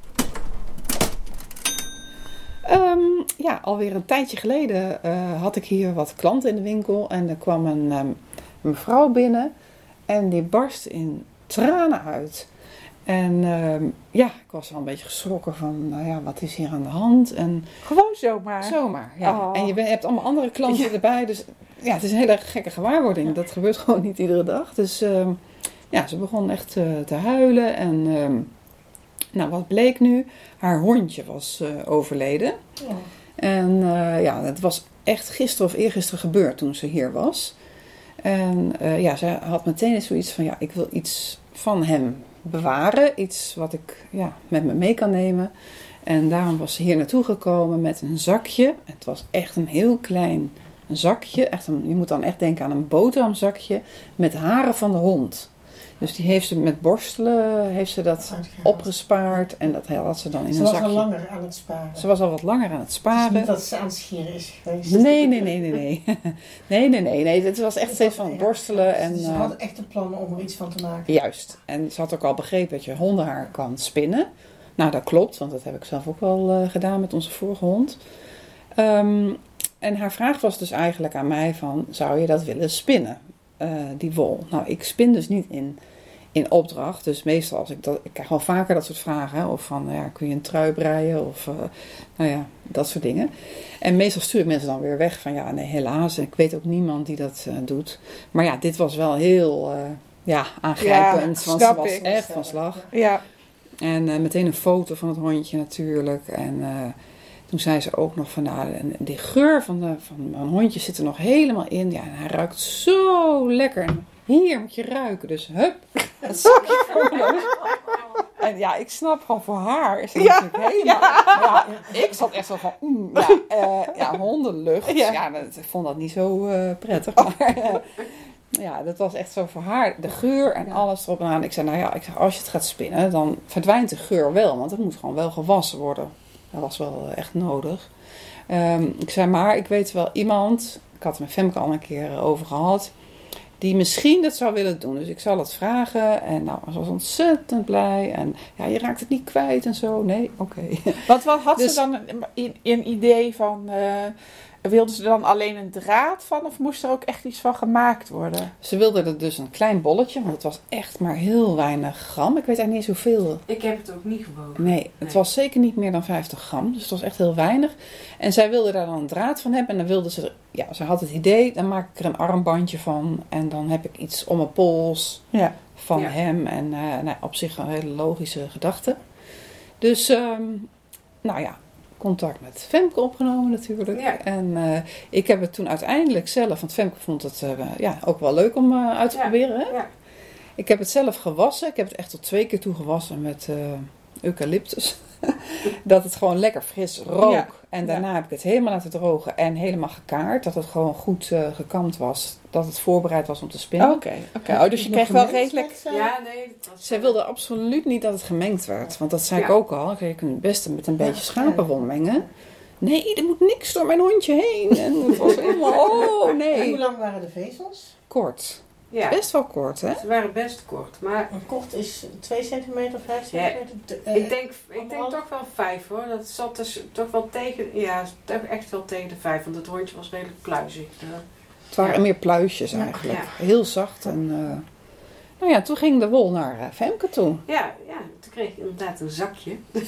Um, ja, alweer een tijdje geleden uh, had ik hier wat klanten in de winkel. En er kwam een um, mevrouw binnen. En die barst in tranen uit. En uh, ja, ik was wel een beetje geschrokken van, nou ja, wat is hier aan de hand? En gewoon zomaar. Zomaar, ja. Oh. En je, ben, je hebt allemaal andere klanten ja. erbij. Dus ja, het is een hele gekke gewaarwording. Ja. Dat gebeurt gewoon niet iedere dag. Dus uh, ja, ze begon echt uh, te huilen. En uh, nou, wat bleek nu? Haar hondje was uh, overleden. Ja. En uh, ja, het was echt gisteren of eergisteren gebeurd toen ze hier was. En uh, ja, ze had meteen zoiets van, ja, ik wil iets van hem bewaren. Iets wat ik ja, met me mee kan nemen. En daarom was ze hier naartoe gekomen met een zakje. Het was echt een heel klein zakje. Echt een, je moet dan echt denken aan een boterhamzakje met haren van de hond. Dus die heeft ze met borstelen heeft ze dat opgespaard. En dat had ze dan in ze een zakje. Ze was al langer aan het sparen. Ze was al wat langer aan het sparen. Het is niet dat ze aan het scheren is geweest. Nee, nee, nee, nee, nee. nee, nee, nee, nee. Het was echt steeds van borstelen. En, ze had echt een plan om er iets van te maken. Juist. En ze had ook al begrepen dat je hondenhaar kan spinnen. Nou, dat klopt, want dat heb ik zelf ook wel uh, gedaan met onze vorige hond. Um, en haar vraag was dus eigenlijk aan mij van, zou je dat willen spinnen? Uh, die wol. Nou, ik spin dus niet in, in opdracht. Dus meestal, als ik, dat, ik krijg wel vaker dat soort vragen. Hè, of van, ja, kun je een trui breien? Of, uh, nou ja, dat soort dingen. En meestal stuur ik mensen dan weer weg van, ja, nee, helaas. Ik weet ook niemand die dat uh, doet. Maar ja, dit was wel heel, uh, ja, aangrijpend. Ja, want ze snap was ik. echt van slag. Ja. En uh, meteen een foto van het hondje natuurlijk. En uh, toen zei ze ook nog van, nou, die geur van, de, van mijn hondje zit er nog helemaal in. Ja, en hij ruikt zo lekker. En hier moet je ruiken. Dus hup, dat zakje voor En ja, ik snap gewoon voor haar is het Ja. natuurlijk helemaal... Ja. Ja, ik zat echt zo van, mm, ja, uh, ja, hondenlucht. Ja. Ja, dat, ik vond dat niet zo uh, prettig. Maar uh, ja, dat was echt zo voor haar. De geur en alles erop en aan. Ik zei, nou ja, ik zeg, als je het gaat spinnen, dan verdwijnt de geur wel. Want het moet gewoon wel gewassen worden. Dat was wel uh, echt nodig. Um, ik zei, maar ik weet wel iemand... Ik had het met Femke al een keer over gehad... die misschien dat zou willen doen. Dus ik zal het vragen. En nou, ze was ontzettend blij. En ja, je raakt het niet kwijt en zo. Nee, oké. Okay. Want wat had Dus- ze dan een, een idee van... Uh, wilde ze er dan alleen een draad van? Of moest er ook echt iets van gemaakt worden? Ze wilde er dus een klein bolletje. Want het was echt maar heel weinig gram. Ik weet eigenlijk niet zoveel. Ik heb het ook niet gewogen. Nee, het Nee. was zeker niet meer dan vijftig gram. Dus het was echt heel weinig. En zij wilde daar dan een draad van hebben. En dan wilde ze... Ja, ze had het idee. Dan maak ik er een armbandje van. En dan heb ik iets om mijn pols Ja. van Ja. hem. En uh, nou, op zich een hele logische gedachte. Dus, um, nou ja... Contact met Femke opgenomen natuurlijk. Ja. En uh, ik heb het toen uiteindelijk zelf... Want Femke vond het uh, ja, ook wel leuk om uh, uit te Ja. proberen. Hè? Ja. Ik heb het zelf gewassen. Ik heb het echt tot twee keer toe gewassen met uh, eucalyptus. Dat het gewoon lekker fris rook. Ja. En daarna heb ik het helemaal laten drogen en helemaal gekaard. Dat het gewoon goed uh, gekamd was. Dat het voorbereid was om te spinnen. Oké, oké. Oh, dus je kreeg wel redelijk... Ja, nee. Dat was Zij wilde absoluut niet dat het gemengd werd. Want dat zei ik Ja. ook al. Je kunt het beste met een Ja. beetje schapenwol mengen. Nee, er moet niks door mijn hondje heen. En het was helemaal... Oh, En hoe nee. lang waren de vezels? Kort. Ja, Best wel kort, hè? ze waren best kort. Maar Een kort is twee centimeter, vijf Ja. centimeter? De- eh, ik denk, ik denk anderhalf? toch wel vijf hoor. Dat zat dus toch wel tegen, ja, toch echt wel tegen de vijf. Want het hondje was redelijk pluizig. Uh, Het waren Ja. meer pluisjes Ja. eigenlijk. Ja. Heel zacht. En, uh, nou ja, toen ging de wol naar uh, Femke toe. ja, ja, toen kreeg ik inderdaad een zakje. Met,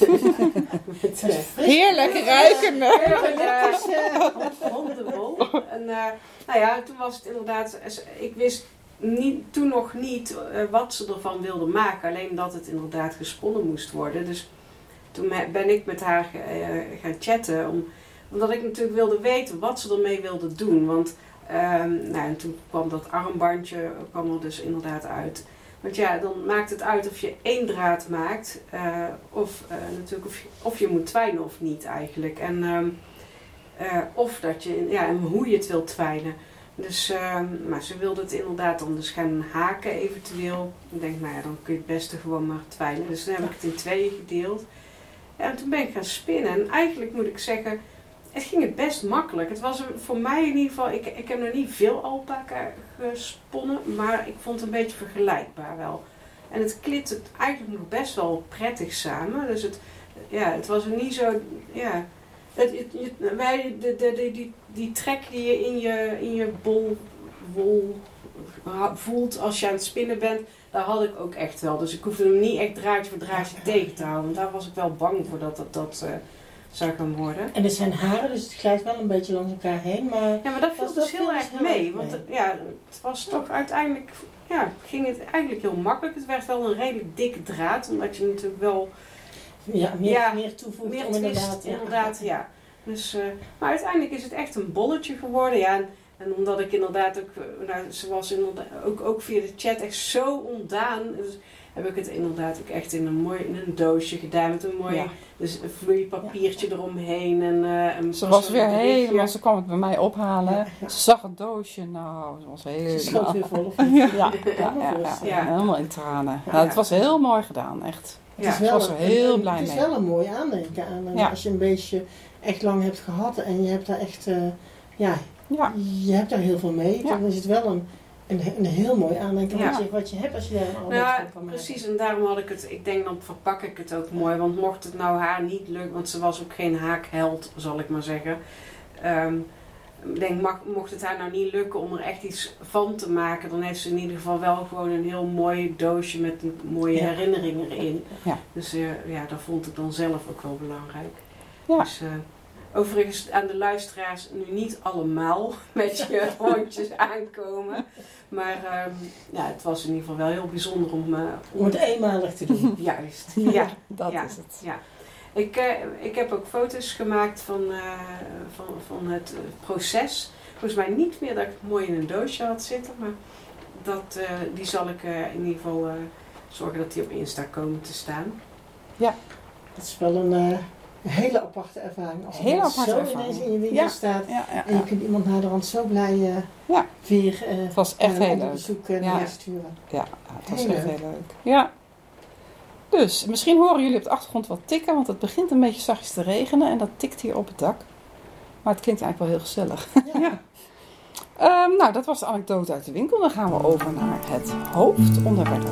Dat is eh, fris. Heerlijk ruikende. Ja, Dus, eh, hondenwol. En uh, nou ja, toen was het inderdaad, ik wist niet, toen nog niet uh, wat ze ervan wilde maken. Alleen dat het inderdaad gesponnen moest worden. Dus toen me- ben ik met haar uh, gaan chatten. Om, omdat ik natuurlijk wilde weten wat ze ermee wilde doen. Want um, nou, en toen kwam dat armbandje kwam er dus inderdaad uit. Want ja, dan maakt het uit of je één draad maakt. Uh, of uh, natuurlijk of je, of je moet twijnen of niet eigenlijk. En, um, uh, of dat je, ja, en hoe je het wilt twijnen. Dus uh, maar ze wilde het inderdaad dan dus gaan haken eventueel. Ik denk, nou ja, dan kun je het beste gewoon maar twijnen. Dus toen heb ik het in tweeën gedeeld. Ja, en toen ben ik gaan spinnen. En eigenlijk moet ik zeggen, het ging het best makkelijk. Het was een- voor mij in ieder geval, ik, ik heb nog niet veel alpaca gesponnen, maar ik vond het een beetje vergelijkbaar wel. En het klipte eigenlijk nog best wel prettig samen. Dus het, ja, het was er niet zo, ja... Het, het, het- wij, de, de, de, die, die trek die je in je, in je bol, wol voelt als je aan het spinnen bent, daar had ik ook echt wel. Dus ik hoefde hem niet echt draadje voor draadje tegen te houden. Want daar was ik wel bang voor dat dat, dat uh, zou gaan worden. En het zijn haren, dus het glijdt wel een beetje langs elkaar heen. Maar Ja, maar dat viel Dat- dus dat heel viel erg dus heel mee. erg Want mee. uh, ja, het was toch uiteindelijk, ja, ging het eigenlijk heel makkelijk. Het werd wel een redelijk dikke draad, omdat je natuurlijk wel ja, meer, Ja, meer toevoegt meer om twist, inderdaad... inderdaad, ja. Dus, uh, maar uiteindelijk is het echt een bolletje geworden. Ja, en, en omdat ik inderdaad ook, uh, nou, ze was inderdaad ook, ook via de chat echt zo ontdaan. Dus heb ik het inderdaad ook echt in een mooi in een doosje gedaan met een mooi Ja. dus een vloeipapiertje eromheen. En, uh, een Ze was weer berichtje. helemaal, ze kwam het bij mij ophalen. Ja, ja. Ze zag het doosje, nou, ze was Ze helemaal... schoot weer vol of Ja, niet? ja, ja, kan me ja, voorstellen. ja, helemaal in tranen. Ja. Nou, het was heel mooi gedaan, echt. Het Ja, is ik wel was er een- heel een- blij Het is mee. wel een mooi aandenken aan. En Ja. Als je een beetje echt lang hebt gehad en je hebt daar echt... uh, ja, Ja, je hebt daar heel veel mee. Ja. Dan is het wel een, een, een heel mooi aandenken Ja. wat, je, wat je hebt als je daar een aandenken Ja, van kan maken. precies. En daarom had ik het, ik denk dan verpak ik het ook mooi. Want mocht het nou haar niet lukken, want ze was ook geen haakheld, zal ik maar zeggen. Um, ik denk, mag, mocht het haar nou niet lukken om er echt iets van te maken, dan heeft ze in ieder geval wel gewoon een heel mooi doosje met een mooie Ja. herinneringen erin. Ja. Dus uh, ja, dat vond ik dan zelf ook wel belangrijk. Ja. Dus, uh, overigens aan de luisteraars nu niet allemaal met je hondjes aankomen. Maar uh, ja, het was in ieder geval wel heel bijzonder om... Uh, om het eenmalig te doen. Juist. Ja, dat ja, is het. Ja. Ik, uh, ik heb ook foto's gemaakt van, uh, van, van het uh, proces. Volgens mij niet meer dat ik het mooi in een doosje had zitten. Maar dat, uh, die zal ik uh, in ieder geval uh, zorgen dat die op Insta komen te staan. Ja. Dat is wel een... Uh, Een hele aparte ervaring. Als Hele het aparte zo ervaring. ineens in je winkel Ja. staat. Ja, ja, En je ja. kunt iemand naar de rand zo blij uh, Ja. weer uh, Het was echt heel een leuk. bezoek uh, Ja. naar sturen. Ja, het was Heel echt leuk. heel leuk. Ja. Dus, misschien horen jullie op de achtergrond wat tikken, want het begint een beetje zachtjes te regenen en dat tikt hier op het dak. Maar het klinkt eigenlijk wel heel gezellig. Ja. Ja. Um, nou, dat was de anekdote uit de winkel. Dan gaan we over naar het hoofdonderwerp.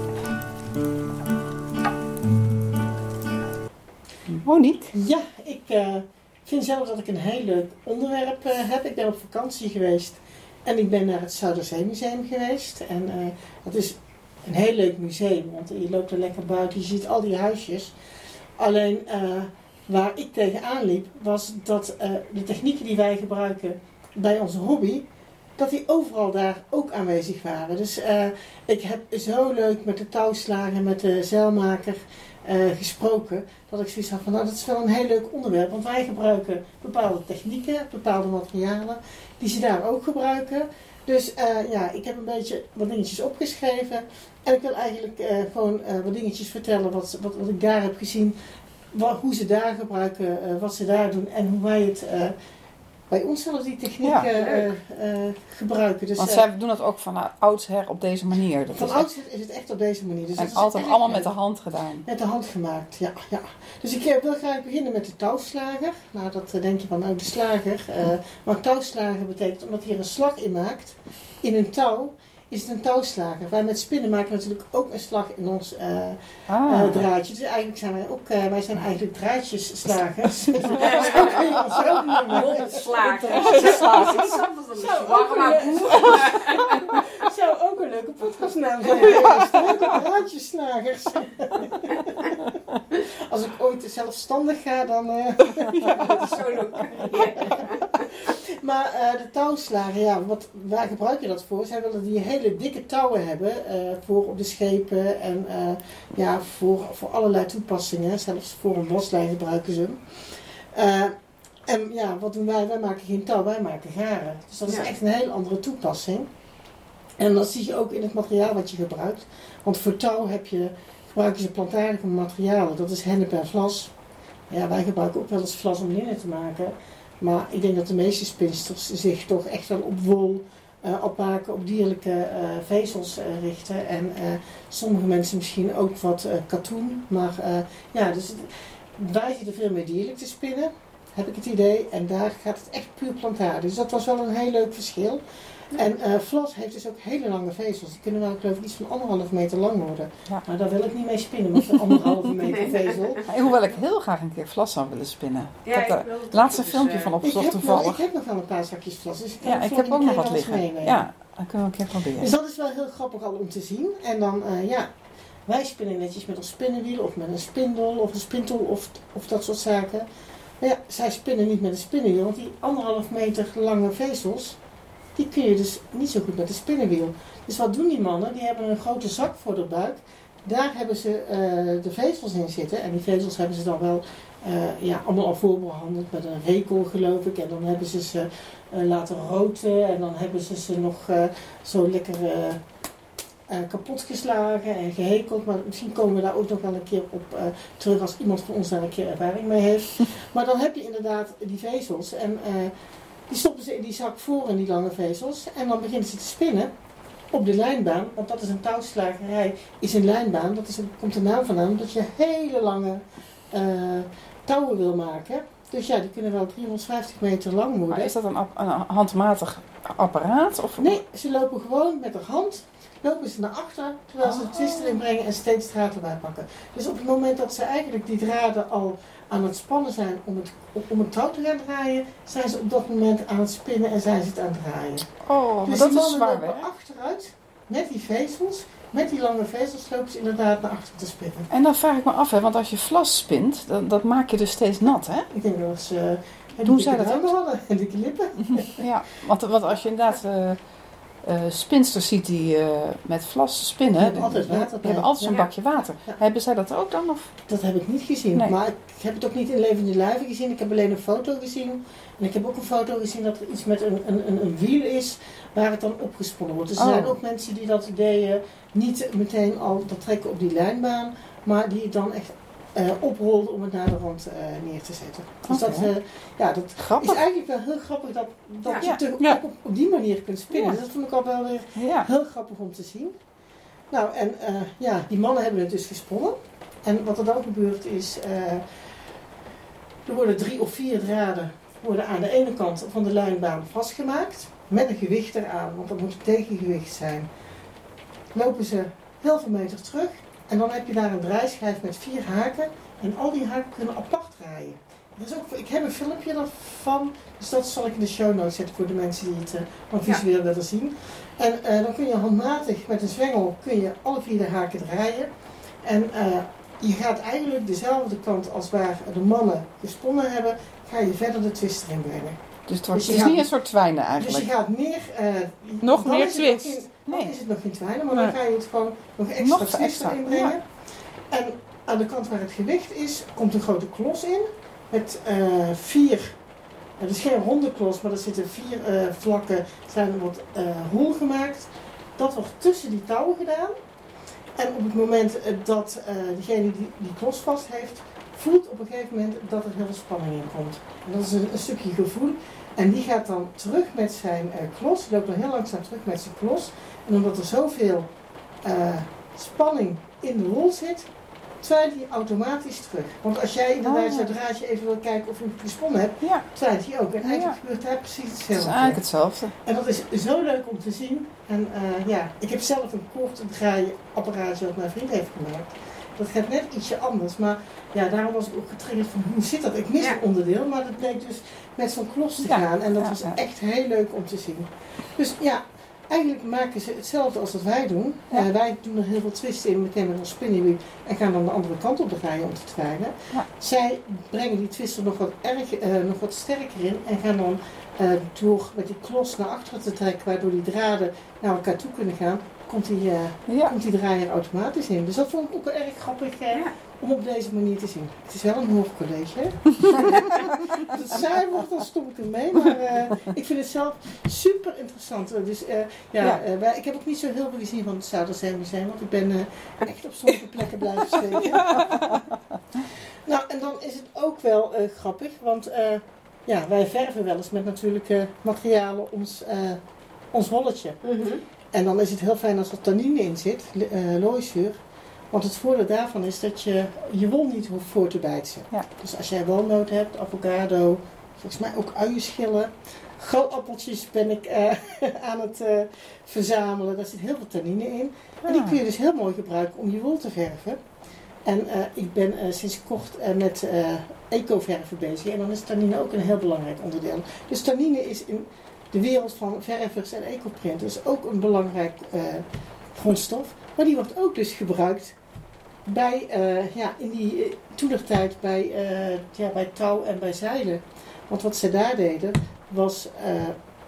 Monique? Ja, ik uh, vind zelf dat ik een heel leuk onderwerp uh, heb. Ik ben op vakantie geweest en ik ben naar het Zuiderzeemuseum geweest. En uh, dat is een heel leuk museum, want je loopt er lekker buiten, je ziet al die huisjes. Alleen uh, waar ik tegenaan liep, was dat uh, de technieken die wij gebruiken bij onze hobby, dat die overal daar ook aanwezig waren. Dus uh, ik heb zo leuk met de touwslager, met de zeilmaker uh, gesproken, dat ik zoiets had van, nou, dat is wel een heel leuk onderwerp. Want wij gebruiken bepaalde technieken, bepaalde materialen, die ze daar ook gebruiken. Dus uh, ja, ik heb een beetje wat dingetjes opgeschreven. En ik wil eigenlijk uh, gewoon uh, wat dingetjes vertellen wat, wat, wat ik daar heb gezien. Wat, hoe ze daar gebruiken, uh, wat ze daar doen en hoe wij het uh, bij ons zelfs die technieken Ja, uh, uh, gebruiken. Dus, Want uh, zij doen dat ook van oudsher op deze manier. Dat van is oudsher is het echt op deze manier. Dus en dat is altijd erg allemaal leuk. met de hand gedaan. Met de hand gemaakt, ja. ja. Dus ik uh, wil graag beginnen met de touwslager. Nou, dat uh, denk je van, nou, de slager. Uh, maar touwslager betekent, omdat hij er een slag in maakt, in een touw, is het een touwslager. Wij met spinnen maken natuurlijk ook een slag in ons uh, Ah. uh, draadje. Dus eigenlijk zijn wij ook, uh, wij zijn eigenlijk draadjesslagers. Zo kun je ons ook noemen. Slager. Draadjesslagers. Zou ook een Zou ook een leuke podcastnaam zijn geweest. Draadjesslagers. Als ik ooit zelfstandig ga, dan... Uh... Dat is zo leuk. Maar uh, de touwslager, ja, wat, waar gebruik je dat voor? Zij willen die hele dikke touwen hebben uh, voor op de schepen en uh, ja, voor, voor allerlei toepassingen. Zelfs voor een boslijn gebruiken ze hem. Uh, en ja, wat doen wij? Wij maken geen touw, wij maken garen. Dus dat is Ja. echt een heel andere toepassing. En dat zie je ook in het materiaal wat je gebruikt. Want voor touw heb je, gebruiken ze plantaardige materialen. Dat is hennep en vlas. Ja, wij gebruiken ook wel eens vlas om linnen te maken. Maar ik denk dat de meeste spinsters zich toch echt wel op wol, uh, opmaken, op dierlijke uh, vezels uh, richten. En uh, sommige mensen misschien ook wat uh, katoen. Maar uh, ja, dus wij zitten veel meer dierlijk te spinnen, heb ik het idee. En daar gaat het echt puur plantaardig. Dus dat was wel een heel leuk verschil. En uh, vlas heeft dus ook hele lange vezels. Die kunnen wel, geloof ik, iets van anderhalf meter lang worden. Ja. Maar daar wil ik niet mee spinnen met een anderhalve meter vezel. Maar hoewel ik heel graag een keer vlas zou willen spinnen. Ja, ik heb ik daar wil het laatst een ook filmpje dus, van uh, Ik opgezocht heb, wel, ik toevallig. heb nog wel een paar zakjes vlas. Dus ik kan Ja, het ik voor heb die ook nog keer wat wel eens liggen. meenemen. Ja, dan kunnen we een keer proberen. Dus dat is wel heel grappig al om te zien. En dan, uh, ja, wij spinnen netjes met een spinnenwiel of met een spindel of een spintel of, of dat soort zaken. Maar ja, zij spinnen niet met een spinnenwiel, want die anderhalf meter lange vezels, die kun je dus niet zo goed met een spinnenwiel. Dus wat doen die mannen? Die hebben een grote zak voor de buik. Daar hebben ze uh, de vezels in zitten. En die vezels hebben ze dan wel uh, ja, allemaal al voorbehandeld met een rekel, geloof ik. En dan hebben ze ze uh, laten roten. En dan hebben ze ze nog uh, zo lekker uh, uh, kapot geslagen en gehekeld. Maar misschien komen we daar ook nog wel een keer op uh, terug als iemand van ons daar een keer ervaring mee heeft. Maar dan heb je inderdaad die vezels. En uh, die stoppen ze in die zak voor in die lange vezels. En dan beginnen ze te spinnen. Op de lijnbaan, want dat is een touwslagerij, is een lijnbaan. Dat is een, komt de naam vandaan, omdat je hele lange uh, touwen wil maken. Dus ja, die kunnen wel driehonderdvijftig meter lang worden. Maar is dat een, een handmatig apparaat? Of? Nee, ze lopen gewoon met de hand, lopen ze naar achter, terwijl ze de twist erin brengen en steeds draad erbij pakken. Dus op het moment dat ze eigenlijk die draden al aan het spannen zijn om het, om het touw te gaan draaien, zijn ze op dat moment aan het spinnen en zijn ze het aan het draaien. Oh, maar Dus dat die is mannen zwaar lopen werk. achteruit met die vezels, met die lange vezels lopen ze inderdaad naar achter te spinnen. En dan vraag ik me af, hè, want als je vlas spint, dan, dat maak je dus steeds nat, hè? Ik denk dat ze uh, Doen zij dat ook hadden en dikke lippen. Ja, want, want als je inderdaad uh, uh, spinsters ziet die uh, met vlas spinnen. Die hebben altijd water Die bij. hebben altijd zo'n Ja. bakje water. Ja. Hebben zij dat ook dan? Of? Dat heb ik niet gezien, Nee. maar ik heb het ook niet in levende lijven gezien. Ik heb alleen een foto gezien. En ik heb ook een foto gezien dat er iets met een, een, een, een wiel is waar het dan opgesponnen wordt. Dus er Oh. zijn ook mensen die dat deden, niet meteen al dat trekken op die lijnbaan, maar die het dan echt uh, oprolden om het naar de rand uh, neer te zetten. Dus Okay. dat, uh, ja, dat Grappig. is eigenlijk wel heel grappig dat, dat Ja. je te, Ja. ook op, op die manier kunt spinnen. Ja. Dus dat vond ik al wel weer Ja. heel grappig om te zien. Nou, en uh, ja, die mannen hebben het dus gesponnen. En wat er dan gebeurt is, uh, er worden drie of vier draden worden aan de ene kant van de lijnbaan vastgemaakt. Met een gewicht eraan, want dat moet een tegengewicht zijn. Lopen ze heel veel meter terug. En dan heb je daar een draaischijf met vier haken. En al die haken kunnen apart draaien. Er is ook, ik heb een filmpje daarvan, dus dat zal ik in de show notes zetten voor de mensen die het uh, dan visueel ja. willen zien. En uh, dan kun je handmatig met een zwengel kun je alle vier de haken draaien. En uh, je gaat eigenlijk dezelfde kant als waar de mannen gesponnen hebben, ga je verder de twist erin brengen. Dus het, wordt, Dus het is gaat, niet een soort twijnen eigenlijk? Dus je gaat meer... Uh, nog meer twist. twist. Dan Nee. is het nog geen twijnen, maar Nee. dan ga je het gewoon nog extra Nog twist extra, erin brengen. ja. En aan de kant waar het gewicht is, komt een grote klos in. Met uh, vier... Het is geen ronde klos, maar er zitten vier uh, vlakken, zijn wat uh, hol gemaakt. Dat wordt tussen die touwen gedaan. En op het moment dat uh, degene die die klos vast heeft, voelt op een gegeven moment dat er heel veel spanning in komt. En dat is een, een stukje gevoel. En die gaat dan terug met zijn uh, klos, loopt dan heel langzaam terug met zijn klos. En omdat er zoveel uh, spanning in de hol zit, twijnt hij automatisch terug. Want als jij inderdaad Oh. zodra je even wil kijken of je hem gesponnen hebt, Ja, twijnt hij ook. En eigenlijk Ja. gebeurt daar precies het is hetzelfde. eigenlijk hetzelfde. En dat is zo leuk om te zien. En uh, ja, ik heb zelf een kort draaien-apparaatje dat mijn vriend heeft gemaakt. Dat gaat net ietsje anders, maar ja, daarom was ik ook getriggerd van hoe zit dat? Ik mis Ja. een onderdeel, maar dat bleek dus met zo'n klos te Ja, gaan. En dat ja, was ja. echt heel leuk om te zien. Dus ja, eigenlijk maken ze hetzelfde als wat wij doen. Ja. Uh, wij doen er heel veel twisten in, meteen met ons spinnenwiel en gaan dan de andere kant op draaien om te twijnen. Ja. Zij brengen die twisten nog wat, erg, uh, nog wat sterker in en gaan dan uh, door met die klos naar achteren te trekken, waardoor die draden naar elkaar toe kunnen gaan, komt die, uh, Ja. komt die draaier automatisch in. Dus dat vond ik ook wel erg grappig uh, Ja. om op deze manier te zien. Het is wel een hoofdcollege. Als het saai wordt, dan stop ik ermee. Maar uh, ik vind het zelf super interessant. Dus uh, ja, Ja. Uh, wij, ik heb ook niet zo heel veel gezien van het Zuiderzeemuseum, want ik ben uh, echt op sommige plekken blijven steken. Nou, en dan is het ook wel uh, grappig, want uh, ja, wij verven wel eens met natuurlijke materialen ons, uh, ons wolletje. Mm-hmm. En dan is het heel fijn als er tannine in zit, uh, looizuur. Want het voordeel daarvan is dat je je wol niet hoeft voor te bijten. Ja. Dus als jij walnoot hebt, avocado, volgens mij ook uienschillen, galappeltjes ben ik uh, aan het uh, verzamelen. Daar zit heel veel tannine in. En die kun je dus heel mooi gebruiken om je wol te verven. En uh, ik ben uh, sinds kort uh, met uh, eco-verven bezig. En dan is tannine ook een heel belangrijk onderdeel. Dus tannine is in de wereld van ververs en ecoprinters ook een belangrijk uh, grondstof. Maar die wordt ook dus gebruikt bij, uh, ja, in die uh, toelertijd bij, uh, ja, bij touw en bij zeilen. Want wat ze daar deden was, uh,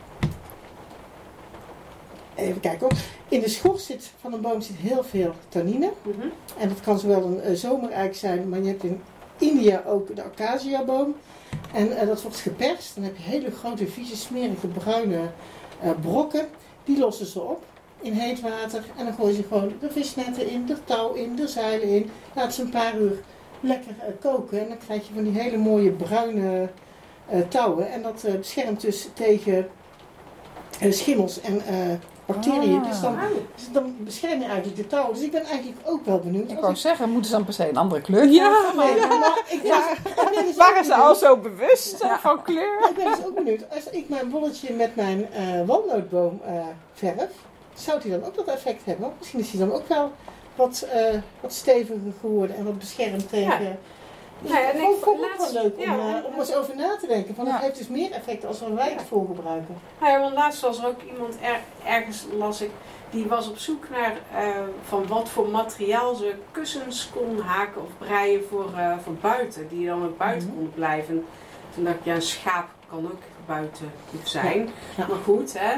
even kijken hoor, in de schors zit, van een boom zit heel veel tannine. Mm-hmm. En dat kan zowel een uh, zomereik zijn, maar je hebt in India ook de acaciaboom. En uh, dat wordt geperst. Dan heb je hele grote, vieze, smerige, bruine uh, brokken. Die lossen ze op in heet water. En dan gooien ze gewoon de visnetten in, de touw in, de zeilen in. Laat ze een paar uur lekker uh, koken. En dan krijg je van die hele mooie bruine uh, touwen. En dat uh, beschermt dus tegen uh, schimmels en uh, bacteriën. Ah. Dus, dan, dus dan bescherm je eigenlijk de touwen. Dus ik ben eigenlijk ook wel benieuwd. Ik Als wou ik- zeggen, moeten ze dan per se een andere kleur Ja, krijgen? Nee, maar- maar ik ben Ja. dus- ik ben dus Waren ook ze al zo bewust Ja. van kleur? Ja, ik ben dus ook benieuwd. Als ik mijn bolletje met mijn uh, walnootboom uh, verf, zou die dan ook dat effect hebben? Misschien is die dan ook wel wat, uh, wat steviger geworden en wat beschermd tegen... Ja. Dus Ja, en ik ik vond het vond ook wel laatst- leuk om, ja, uh, en- om eens over na te denken. Van, Ja. Het heeft dus meer effect als wij het voor gebruiken. Nou ja, want laatst was er ook iemand, er, ergens las ik, die was op zoek naar uh, van wat voor materiaal ze kussens kon haken of breien voor, uh, voor buiten. Die dan ook buiten Mhm. konden blijven. Toen dacht ik, ja, een schaap kan ook buiten zijn. Ja. Maar goed, hè.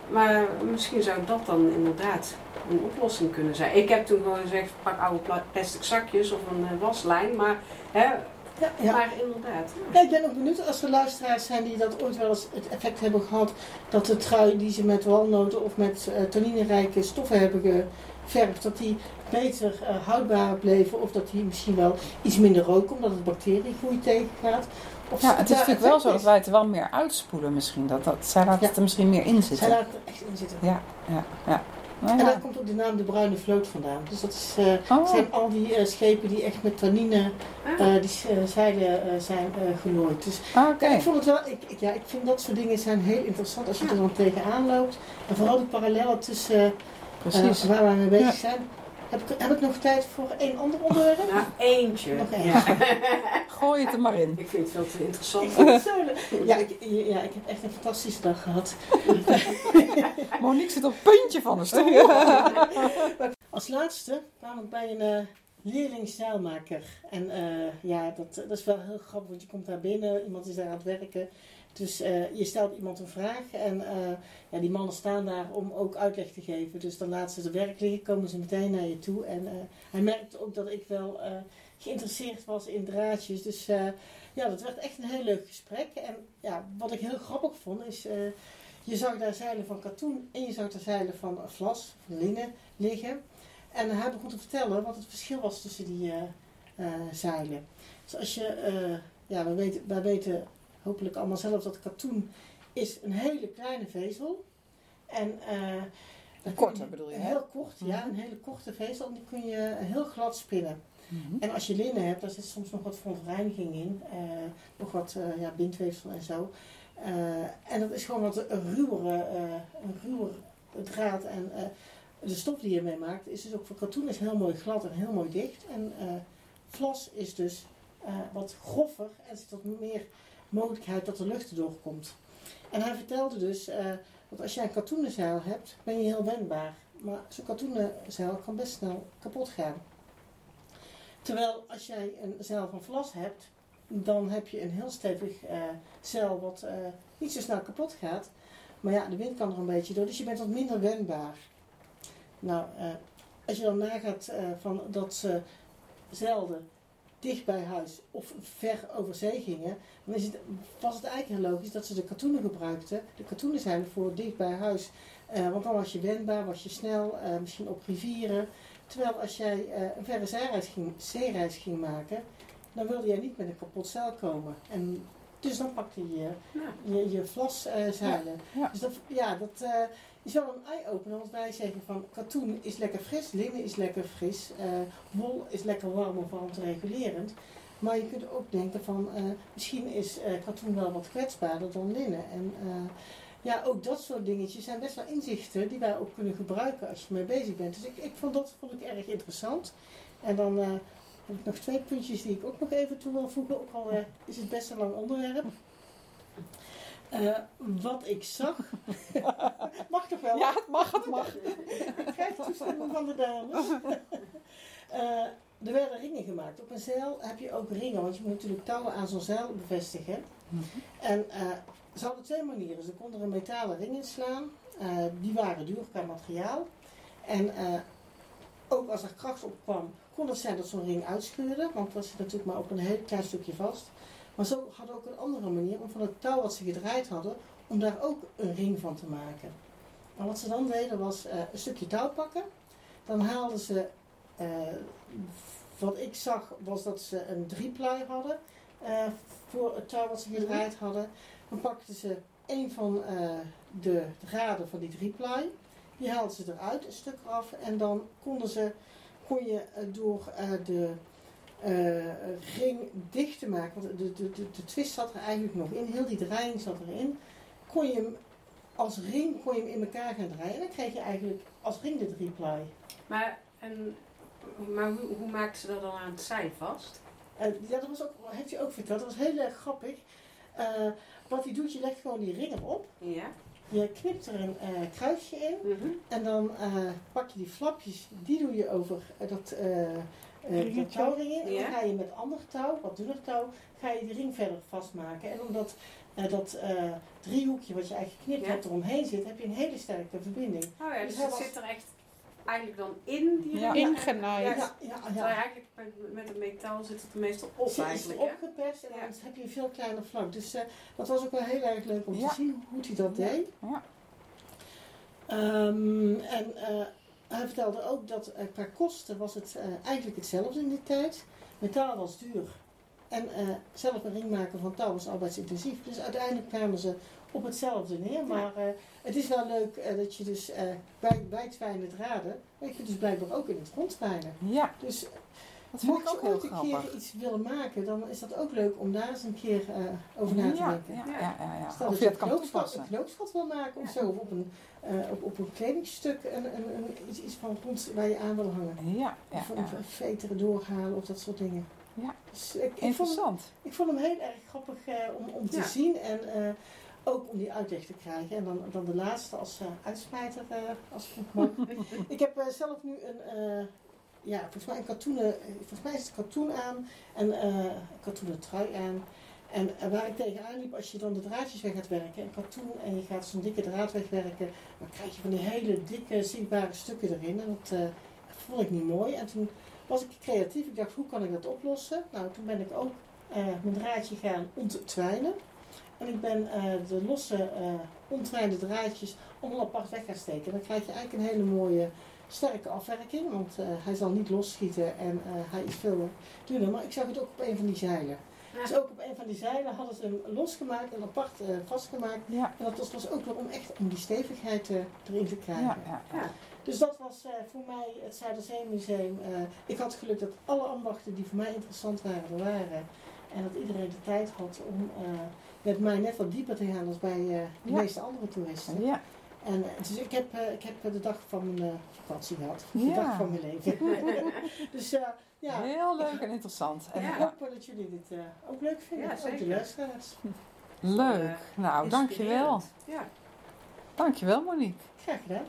maar misschien zou dat dan inderdaad een oplossing kunnen zijn. Ik heb toen gewoon gezegd, pak oude pla- plastic zakjes of een uh, waslijn, maar, hè, Ja, ja. maar inderdaad. Ja, ik ben ook benieuwd als er luisteraars zijn die dat ooit wel eens het effect hebben gehad dat de trui die ze met walnoten of met uh, tanninerijke stoffen hebben geverfd, dat die beter uh, houdbaar bleven of dat die misschien wel iets minder roken omdat het bacteriegroei tegengaat. Of Ja, het is natuurlijk wel zo dat is. wij het er wel meer uitspoelen misschien. Dat, dat, zij laten Ja. het er misschien meer in Zij zitten. laten er echt in zitten. Ja, ja, ja. Nou En ja. daar komt ook de naam de bruine vloot vandaan. Dus dat is, uh, Oh. zijn al die uh, schepen die echt met tannine Ah, uh, die uh, zeilen uh, zijn uh, genooid. Dus Ah, oké. ja, ik vond het wel, ik, ik- ja, ik vind dat soort dingen zijn heel interessant als je er dan tegenaan loopt. En vooral de parallellen tussen uh, Precies. waar wij mee bezig Ja. zijn. Heb ik, heb ik nog tijd voor één ander onderwerp? nou, eentje. Nog één. Ja. Gooi het er maar in. Ik vind het veel te interessant. Ik vind het zo leuk. Ja, ik, ja, ik heb echt een fantastische dag gehad. Monique zit op het puntje van de stoel. Als laatste kwam ik bij een uh, leerling zeilmaker. En uh, ja, dat, dat is wel heel grappig, want je komt daar binnen, iemand is daar aan het werken. Dus uh, je stelt iemand een vraag en uh, ja, die mannen staan daar om ook uitleg te geven. Dus dan laten ze het werk liggen, komen ze meteen naar je toe. En uh, hij merkte ook dat ik wel uh, geïnteresseerd was in draadjes. Dus uh, ja, dat werd echt een heel leuk gesprek. En ja, wat ik heel grappig vond is, uh, je zag daar zeilen van katoen en je zag daar zeilen van vlas, van linnen liggen. En hij begon te vertellen wat het verschil was tussen die uh, uh, zeilen. Dus als je, uh, ja, wij weten, wij weten hopelijk allemaal zelf dat katoen is een hele kleine vezel. En uh, Een korte bedoel je, hè? Heel kort, ja, een hele korte vezel. En die kun je heel glad spinnen. Mhm. En als je linnen hebt, daar zit soms nog wat verontreiniging in. Uh, nog wat uh, ja, bindweefsel en zo. Uh, en dat is gewoon wat een ruwere, uh, een ruwer draad. En uh, de stof die je mee maakt, is dus ook voor katoen is heel mooi glad en heel mooi dicht. En uh, vlas is dus uh, wat groffer en er zit wat meer mogelijkheid dat de lucht erdoor komt. En hij vertelde dus uh, dat als jij een katoenen zeil hebt, ben je heel wendbaar. Maar zo'n katoenen zeil kan best snel kapot gaan. Terwijl als jij een zeil van vlas hebt, dan heb je een heel stevig uh, zeil wat uh, niet zo snel kapot gaat. Maar ja, de wind kan er een beetje door, dus je bent wat minder wendbaar. Nou, uh, als je dan nagaat uh, van dat ze zelden dicht bij huis of ver over zee gingen, dan is het, was het eigenlijk heel logisch dat ze de katoenen gebruikten. De katoenen zijn voor dicht bij huis, uh, want dan was je wendbaar, was je snel, uh, misschien op rivieren. Terwijl als jij uh, een verre zeereis ging, zeereis ging maken, dan wilde jij niet met een kapot zeil komen. En dus dan pakte je je, je, je vlaszeilen. Uh, Ja. Dus dat, ja, dat uh, is wel een eye-opener, want wij zeggen van katoen is lekker fris, linnen is lekker fris, uh, wol is lekker warm of warmteregulerend. Maar je kunt ook denken van uh, misschien is uh, katoen wel wat kwetsbaarder dan linnen. En uh, ja, ook dat soort dingetjes zijn best wel inzichten die wij ook kunnen gebruiken als je ermee bezig bent. Dus ik, ik vond dat vond ik erg interessant. En dan uh, heb ik nog twee puntjes die ik ook nog even toe wil voegen, ook al uh, is het best een lang onderwerp. Uh, wat ik zag. Mag toch wel? Ja, het mag, het mag. Ik krijg toestemming van de dames. uh, er werden ringen gemaakt. Op een zeil heb je ook ringen, want je moet natuurlijk touwen aan zo'n zeil bevestigen. Mm-hmm. En uh, ze hadden twee manieren. Ze konden er een metalen ring in slaan. Uh, die waren duur qua materiaal. En uh, ook als er kracht op kwam, kon het zijn dat zo'n ring uitscheurde. Want dat zit natuurlijk maar op een heel klein stukje vast. Maar zo hadden ook een andere manier om van het touw wat ze gedraaid hadden, om daar ook een ring van te maken. Maar wat ze dan deden was uh, een stukje touw pakken. Dan haalden ze, uh, wat ik zag was dat ze een drieplui hadden uh, voor het touw wat ze gedraaid hadden. Dan pakten ze een van uh, de draden van die drieplui. Die haalden ze eruit, een stuk af. En dan konden ze, kon je uh, door uh, de Uh, ring dicht te maken, want de, de, de, de twist zat er eigenlijk nog in, heel die draaiing zat erin, kon je hem als ring kon je hem in elkaar gaan draaien en dan kreeg je eigenlijk als ring de drieplui. Maar, en, maar hoe, hoe maakten ze dat dan aan het zeil vast? Uh, ja, dat was ook, heeft hij ook verteld, dat was heel erg grappig. Uh, wat hij doet, je legt gewoon die ring erop. Ja. Je knipt er een uh, kruisje in Mm-hmm. en dan uh, pak je die flapjes, die doe je over uh, dat uh, uh, de touwring in. En Ja. dan ga je met ander touw, wat dunner touw, ga je de ring verder vastmaken. En omdat uh, dat uh, driehoekje wat je eigenlijk geknipt Ja. hebt eromheen zit, heb je een hele sterke verbinding. Oh ja, dus Dus hij het was- zit er echt eigenlijk dan in die Ja. ring. Ingenaaid. Ja, Ja, ja, Terwijl ja. eigenlijk met, met het metaal zit het er meestal op Ze is eigenlijk. Hè? opgeperst en dan Ja. heb je een veel kleiner vlak. Dus uh, dat was ook wel heel erg leuk om Ja. te zien hoe hij dat Ja. deed. Ja. Um, en uh, hij vertelde ook dat uh, qua kosten was het uh, eigenlijk hetzelfde in die tijd. Metaal was duur. En uh, zelf een ring maken van touw was arbeidsintensief. Dus uiteindelijk kwamen ze op hetzelfde neer. Maar uh, het is wel leuk uh, dat je dus uh, bij, bij het fijne draden, weet je dus blijkbaar ook in het rond twijnen. Ja, Dus dat vind mocht ik ook je heel ooit een grappig. keer iets willen maken, dan is dat ook leuk om daar eens een keer uh, over na te Ja, denken. ja, ja, ja, ja. Stel Of dat je je dat een kan knoopsgat, toepassen. een knoopsgat wil maken of Ja. zo, of op een, uh, op, op een kledingstuk een, een, een, iets, iets van rond waar je aan wil hangen. Ja, ja, Of een, ja. een veteren doorhalen of dat soort dingen. Ja. Dus ik, ik, vond, hem- Interessant. ik vond hem heel erg grappig uh, om, om te Ja. zien en uh, ook om die uitleg te krijgen. En dan, dan de laatste als uh, uitsmijter, uh, als ik het mag. Ik heb uh, zelf nu een, uh, ja, volgens mij een katoenen, uh, volgens mij is het katoen aan en uh, een katoenen trui aan. En uh, waar ik tegenaan liep, als je dan de draadjes weg gaat werken, en katoen en je gaat zo'n dikke draad wegwerken, dan krijg je van die hele dikke, zichtbare stukken erin. En dat uh, vond ik niet mooi. En toen was ik creatief. Ik dacht, hoe kan ik dat oplossen? Nou, toen ben ik ook uh, mijn draadje gaan onttwijnen. En ik ben uh, de losse uh, onttwijnde draadjes allemaal apart weg gaan steken. Dan krijg je eigenlijk een hele mooie, sterke afwerking. Want uh, hij zal niet losschieten en uh, hij is veel dunner. Maar ik zag het ook op een van die zeilen. Ja. Dus ook op een van die zeilen hadden ze hem losgemaakt en apart uh, vastgemaakt. Ja, En dat was, was ook weer om echt om die stevigheid uh, erin te krijgen. ja, ja. Ja. Dus dat was uh, voor mij het Zuiderzeemuseum. Uh, ik had geluk dat alle ambachten die voor mij interessant waren, er waren. En dat iedereen de tijd had om uh, met mij net wat dieper te gaan als bij uh, de Ja. meeste andere toeristen. Ja, En, uh, dus ik heb, uh, ik heb de dag van mijn uh, vakantie gehad. De Ja. dag van mijn leven. dus uh, ja, heel leuk en interessant. En, ik Ja. ja, hoop uh, dat jullie dit uh, ook leuk vinden. Ja, ook de zeker. luisteraars. leuk. Uh, Nou, dankjewel. Inspirerend. Ja. Dankjewel, Monique. Graag gedaan.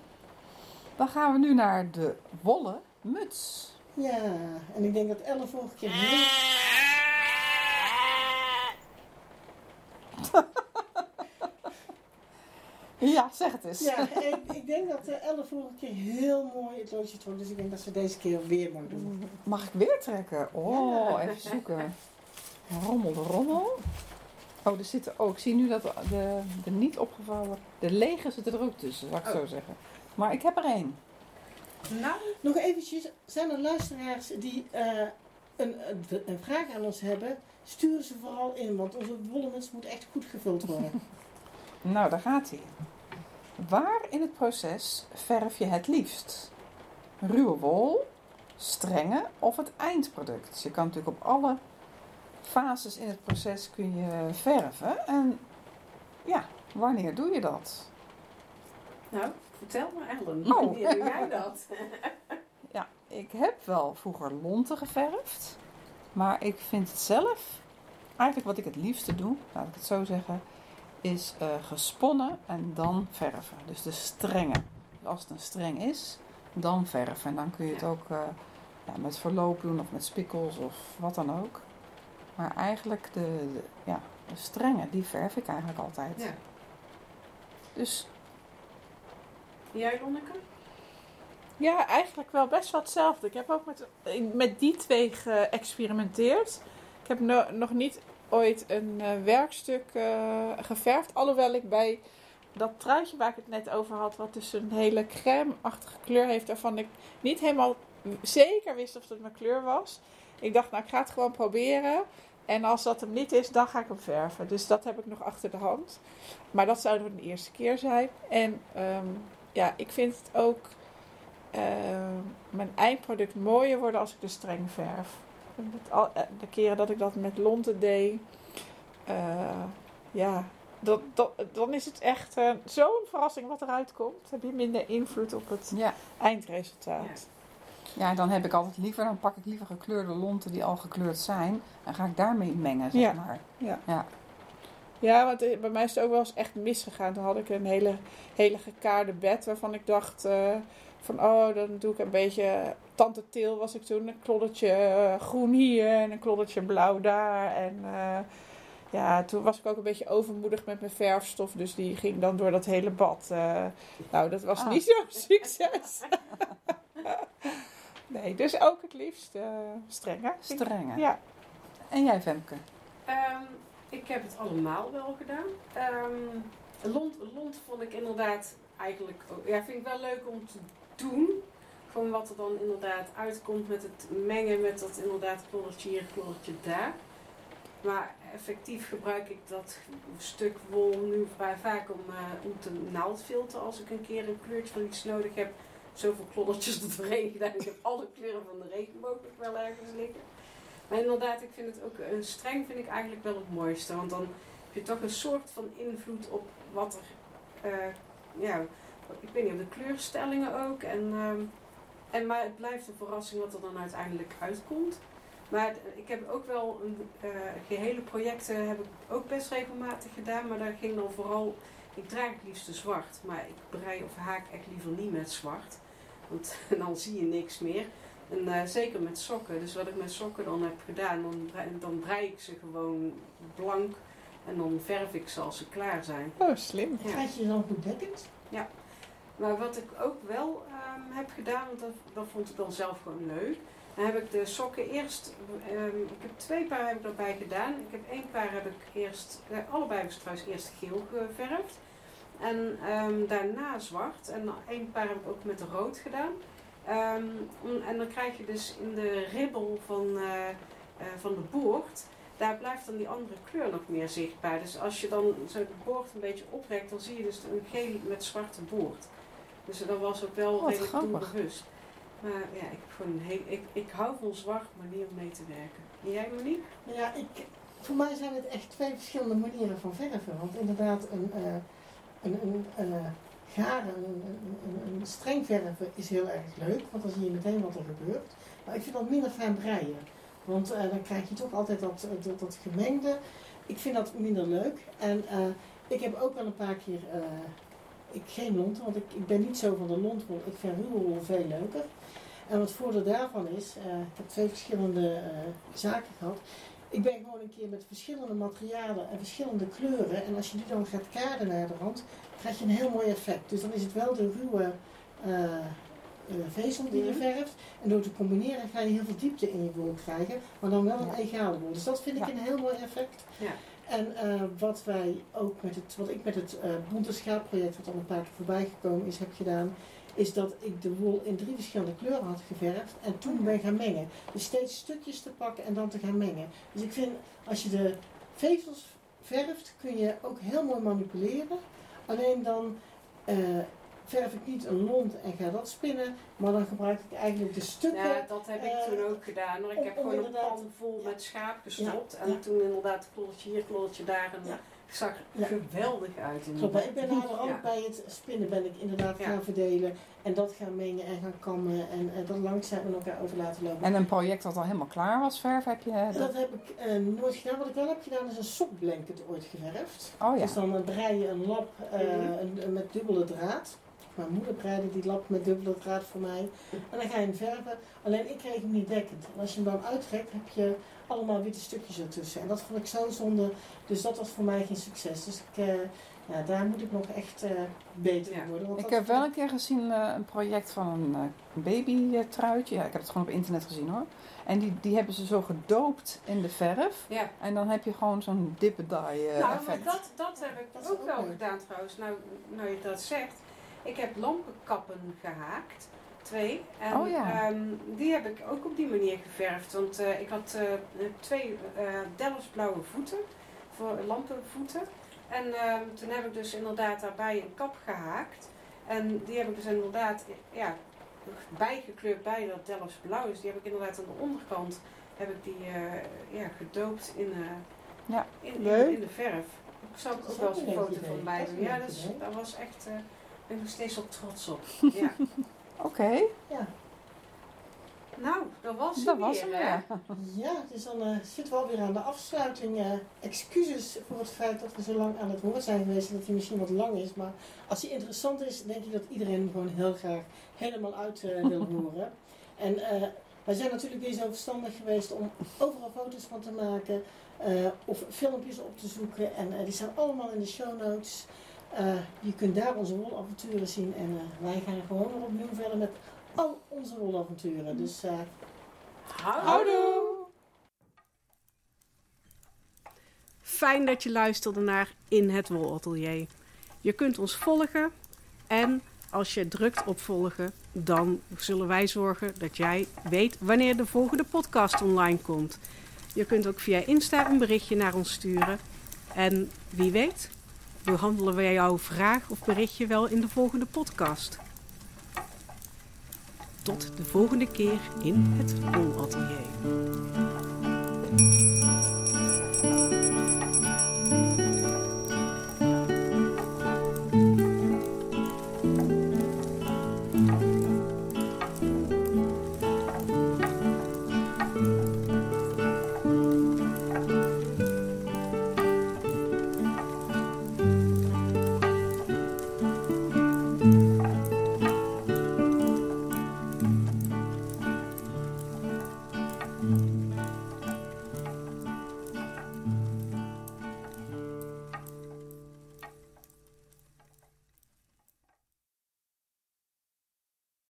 Dan gaan we nu naar de wollen muts. Ja, en ik denk dat Elle vorige keer heel... Ja, zeg het eens. Ja, ik, ik denk dat uh, Elle vorige keer heel mooi het loodje trok. Dus ik denk dat ze deze keer weer mooi doen. Mag ik weer trekken? Oh, Ja. even zoeken. Rommel, de rommel. Oh, er zitten ook. Ik zie nu dat de, de niet opgevouwen, de lege zitten er ook tussen, zou ik Oh. zo zeggen. Maar ik heb er één. Nou, Nog eventjes, zijn er luisteraars die uh, een, een, een vraag aan ons hebben? Stuur ze vooral in, want onze wollenmuts moet echt goed gevuld worden. Nou, daar gaat hij. Waar in het proces verf je het liefst? Ruwe wol, strengen of het eindproduct? Dus je kan natuurlijk op alle fases in het proces kun je verven. En ja, wanneer doe je dat? nou, vertel maar Ellen. Oh. Wanneer doe jij dat? Ja, ik heb wel vroeger lonten geverfd. Maar ik vind het zelf, eigenlijk wat ik het liefste doe, laat ik het zo zeggen, is uh, gesponnen en dan verven. Dus de strengen. Dus als het een streng is, dan verven. En dan kun je het ook uh, ja, met verloop doen of met spikkels of wat dan ook. Maar eigenlijk de, de, ja, de strengen, die verf ik eigenlijk altijd. Ja. Dus Jij, Lonneke? Ja, eigenlijk wel best wel hetzelfde. Ik heb ook met, met die twee geëxperimenteerd. Ik heb no- nog niet ooit een uh, werkstuk uh, geverfd. Alhoewel ik bij dat truitje waar ik het net over had, wat dus een hele crème-achtige kleur heeft, waarvan ik niet helemaal zeker wist of het mijn kleur was. Ik dacht, nou ik ga het gewoon proberen. En als dat hem niet is, dan ga ik hem verven. Dus dat heb ik nog achter de hand. Maar dat zou dan de eerste keer zijn. En um, ja, ik vind het ook uh, mijn eindproduct mooier worden als ik de streng verf. Al, de keren dat ik dat met lonten deed, uh, ja, dat, dat, dan is het echt uh, zo'n verrassing wat eruit komt. Dan heb je minder invloed op het ja. eindresultaat. Ja, dan heb ik altijd liever, dan pak ik liever gekleurde lonten die al gekleurd zijn. En ga ik daarmee mengen, zeg Ja. maar. Ja. Ja. Ja, want bij mij is het ook wel eens echt misgegaan. Toen had ik een hele, hele gekaarde bed waarvan ik dacht uh, van oh, dan doe ik een beetje Tante Til was ik toen. Een kloddertje uh, groen hier en een kloddertje blauw daar. En uh, ja, toen was ik ook een beetje overmoedig met mijn verfstof. Dus die ging dan door dat hele bad. Uh, nou, dat was ah. niet zo'n succes. Nee, dus ook het liefst uh, strenger. Strenger. Ja. En jij, Femke? Um, ik heb het allemaal wel gedaan. Um, lont, lont vond ik inderdaad eigenlijk ook, ja, vind ik wel leuk om te doen. Gewoon wat er dan inderdaad uitkomt met het mengen met dat inderdaad kloddertje hier, kloddertje daar. Maar effectief gebruik ik dat stuk wol nu vrij vaak om, uh, om te naaldfilteren als ik een keer een kleurtje van iets nodig heb. Zoveel kloddertjes er doorheen gedaan. Ik heb alle kleuren van de regenboog nog wel ergens liggen. Maar inderdaad, ik vind het ook een streng vind ik eigenlijk wel het mooiste. Want dan heb je toch een soort van invloed op wat er, uh, ja, ik weet niet, op de kleurstellingen ook. En, um, en, maar het blijft een verrassing wat er dan uiteindelijk uitkomt. Maar ik heb ook wel een uh, gehele projecten heb ik ook best regelmatig gedaan. Maar daar ging dan vooral, ik draag het liefst zwart. Maar ik brei of haak echt liever niet met zwart. Want dan zie je niks meer. En uh, zeker met sokken. Dus wat ik met sokken dan heb gedaan, dan, dan brei ik ze gewoon blank. En dan verf ik ze als ze klaar zijn. Oh, slim. Ja. Krijg je dan goed dekkend? Ja. Maar wat ik ook wel um, heb gedaan, want dat, dat vond ik dan zelf gewoon leuk. Dan heb ik de sokken eerst, um, ik heb twee paar heb ik erbij gedaan. Ik heb één paar heb ik eerst, uh, allebei heb ik trouwens eerst geel geverfd. En um, daarna zwart. En één paar heb ik ook met rood gedaan. Um, en dan krijg je dus in de ribbel van, uh, uh, van de boord, daar blijft dan die andere kleur nog meer zichtbaar. Dus als je dan zo de boord een beetje oprekt, dan zie je dus een geel met zwarte boord. Dus dat was ook wel oh, redelijk onbewust. Maar ja, ik, gewoon heel, ik, ik hou van zwart manier om mee te werken. En jij, Monique? Ja, ik, voor mij zijn het echt twee verschillende manieren van verven. Want inderdaad, een, uh, een, een uh, garen, een, een, een streng verven is heel erg leuk. Want dan zie je meteen wat er gebeurt. Maar ik vind dat minder fijn breien. Want uh, dan krijg je toch altijd dat, dat, dat gemengde. Ik vind dat minder leuk. En uh, ik heb ook wel een paar keer... Uh, Ik geen lonten, want ik, ik ben niet zo van de lontwol. Ik vind ruwwol veel leuker. En wat het voordeel daarvan is, uh, ik heb twee verschillende uh, zaken gehad. Ik ben gewoon een keer met verschillende materialen en verschillende kleuren. En als je die dan gaat kaarden naar de rand, krijg je een heel mooi effect. Dus dan is het wel de ruwe uh, uh, vezel die je verft. En door te combineren ga je heel veel diepte in je wol krijgen. Maar dan wel een egale wol. Dus dat vind ik ja. een heel mooi effect. Ja. En uh, wat wij ook met het, wat ik met het uh, Bonte Schaapproject, wat al een paar keer voorbij gekomen is, heb gedaan, is dat ik de wol in drie verschillende kleuren had geverfd en toen ben gaan mengen. Dus steeds stukjes te pakken en dan te gaan mengen. Dus ik vind, als je de vezels verft, kun je ook heel mooi manipuleren. Alleen dan uh, verf ik niet een lont en ga dat spinnen, maar dan gebruik ik eigenlijk de stukken. Ja, dat heb ik uh, toen ook gedaan. Hoor. Ik om, heb om gewoon een pan vol ja. met schaap gestopt ja, en ja. toen inderdaad kloddertje hier, kloddertje daar. En ja. het zag ja. geweldig uit. Klopt, ik ben daar ook ja. bij het spinnen ben ik inderdaad ja. gaan verdelen en dat gaan mengen en gaan kammen en uh, dat langzaam met elkaar over laten lopen. En een project dat al helemaal klaar was, verf heb je? Dat, dat heb ik uh, nooit gedaan. Wat ik wel heb gedaan is een sokblanket ooit geverfd. Oh ja. Dus dan uh, brei je een lap uh, mm-hmm. een, een, met dubbele draad. Mijn moeder breidde die lap met dubbele draad voor mij. En dan ga je hem verven. Alleen ik kreeg hem niet dekkend. En als je hem dan uittrekt, heb je allemaal witte stukjes ertussen. En dat vond ik zo zonde. Dus dat was voor mij geen succes. Dus ik, uh, ja, daar moet ik nog echt uh, beter in worden. Want ik heb wel een keer gezien uh, een project van een uh, babytruitje. Ja, ik heb het gewoon op internet gezien hoor. En die, die hebben ze zo gedoopt in de verf. Ja. En dan heb je gewoon zo'n dip-and-dye uh, nou, effect. Maar dat, dat heb ik dat ook, ook wel leuk. gedaan trouwens. Nou, nou je dat zegt. Ik heb lampenkappen gehaakt, twee. En oh ja. um, die heb ik ook op die manier geverfd. Want uh, ik had uh, twee uh, Delftsblauwe voeten, voor lampenvoeten. En uh, toen heb ik dus inderdaad daarbij een kap gehaakt. En die heb ik dus inderdaad ja, bijgekleurd bij dat Delftsblauw. Dus die heb ik inderdaad aan de onderkant heb ik die, uh, ja, gedoopt in, uh, ja. in, in, in de verf. Ik zal ook wel eens een foto van bij doen. Ja, dat, is, dat was echt... Uh, ik ben er steeds wel trots op. Ja. Oké. Okay. Ja. Nou, dat was het dat weer, was hem, hè? Ja, ja dus dan uh, zitten we alweer aan de afsluiting. Uh, excuses voor het feit dat we zo lang aan het woord zijn geweest en dat hij misschien wat lang is. Maar als hij interessant is, denk ik dat iedereen hem gewoon heel graag helemaal uit uh, wil horen. En uh, wij zijn natuurlijk weer zo verstandig geweest om overal foto's van te maken uh, of filmpjes op te zoeken. En uh, die staan allemaal in de show notes. Uh, je kunt daar onze wolavonturen zien en uh, wij gaan gewoon weer opnieuw verder met al onze wolavonturen. Dus uh, houdoe! Fijn dat je luisterde naar In het Wolatelier. Je kunt ons volgen en als je drukt op volgen, dan zullen wij zorgen dat jij weet wanneer de volgende podcast online komt. Je kunt ook via Insta een berichtje naar ons sturen. En wie weet, behandelen wij jouw vraag of berichtje wel in de volgende podcast. Tot de volgende keer in het Wolatelier.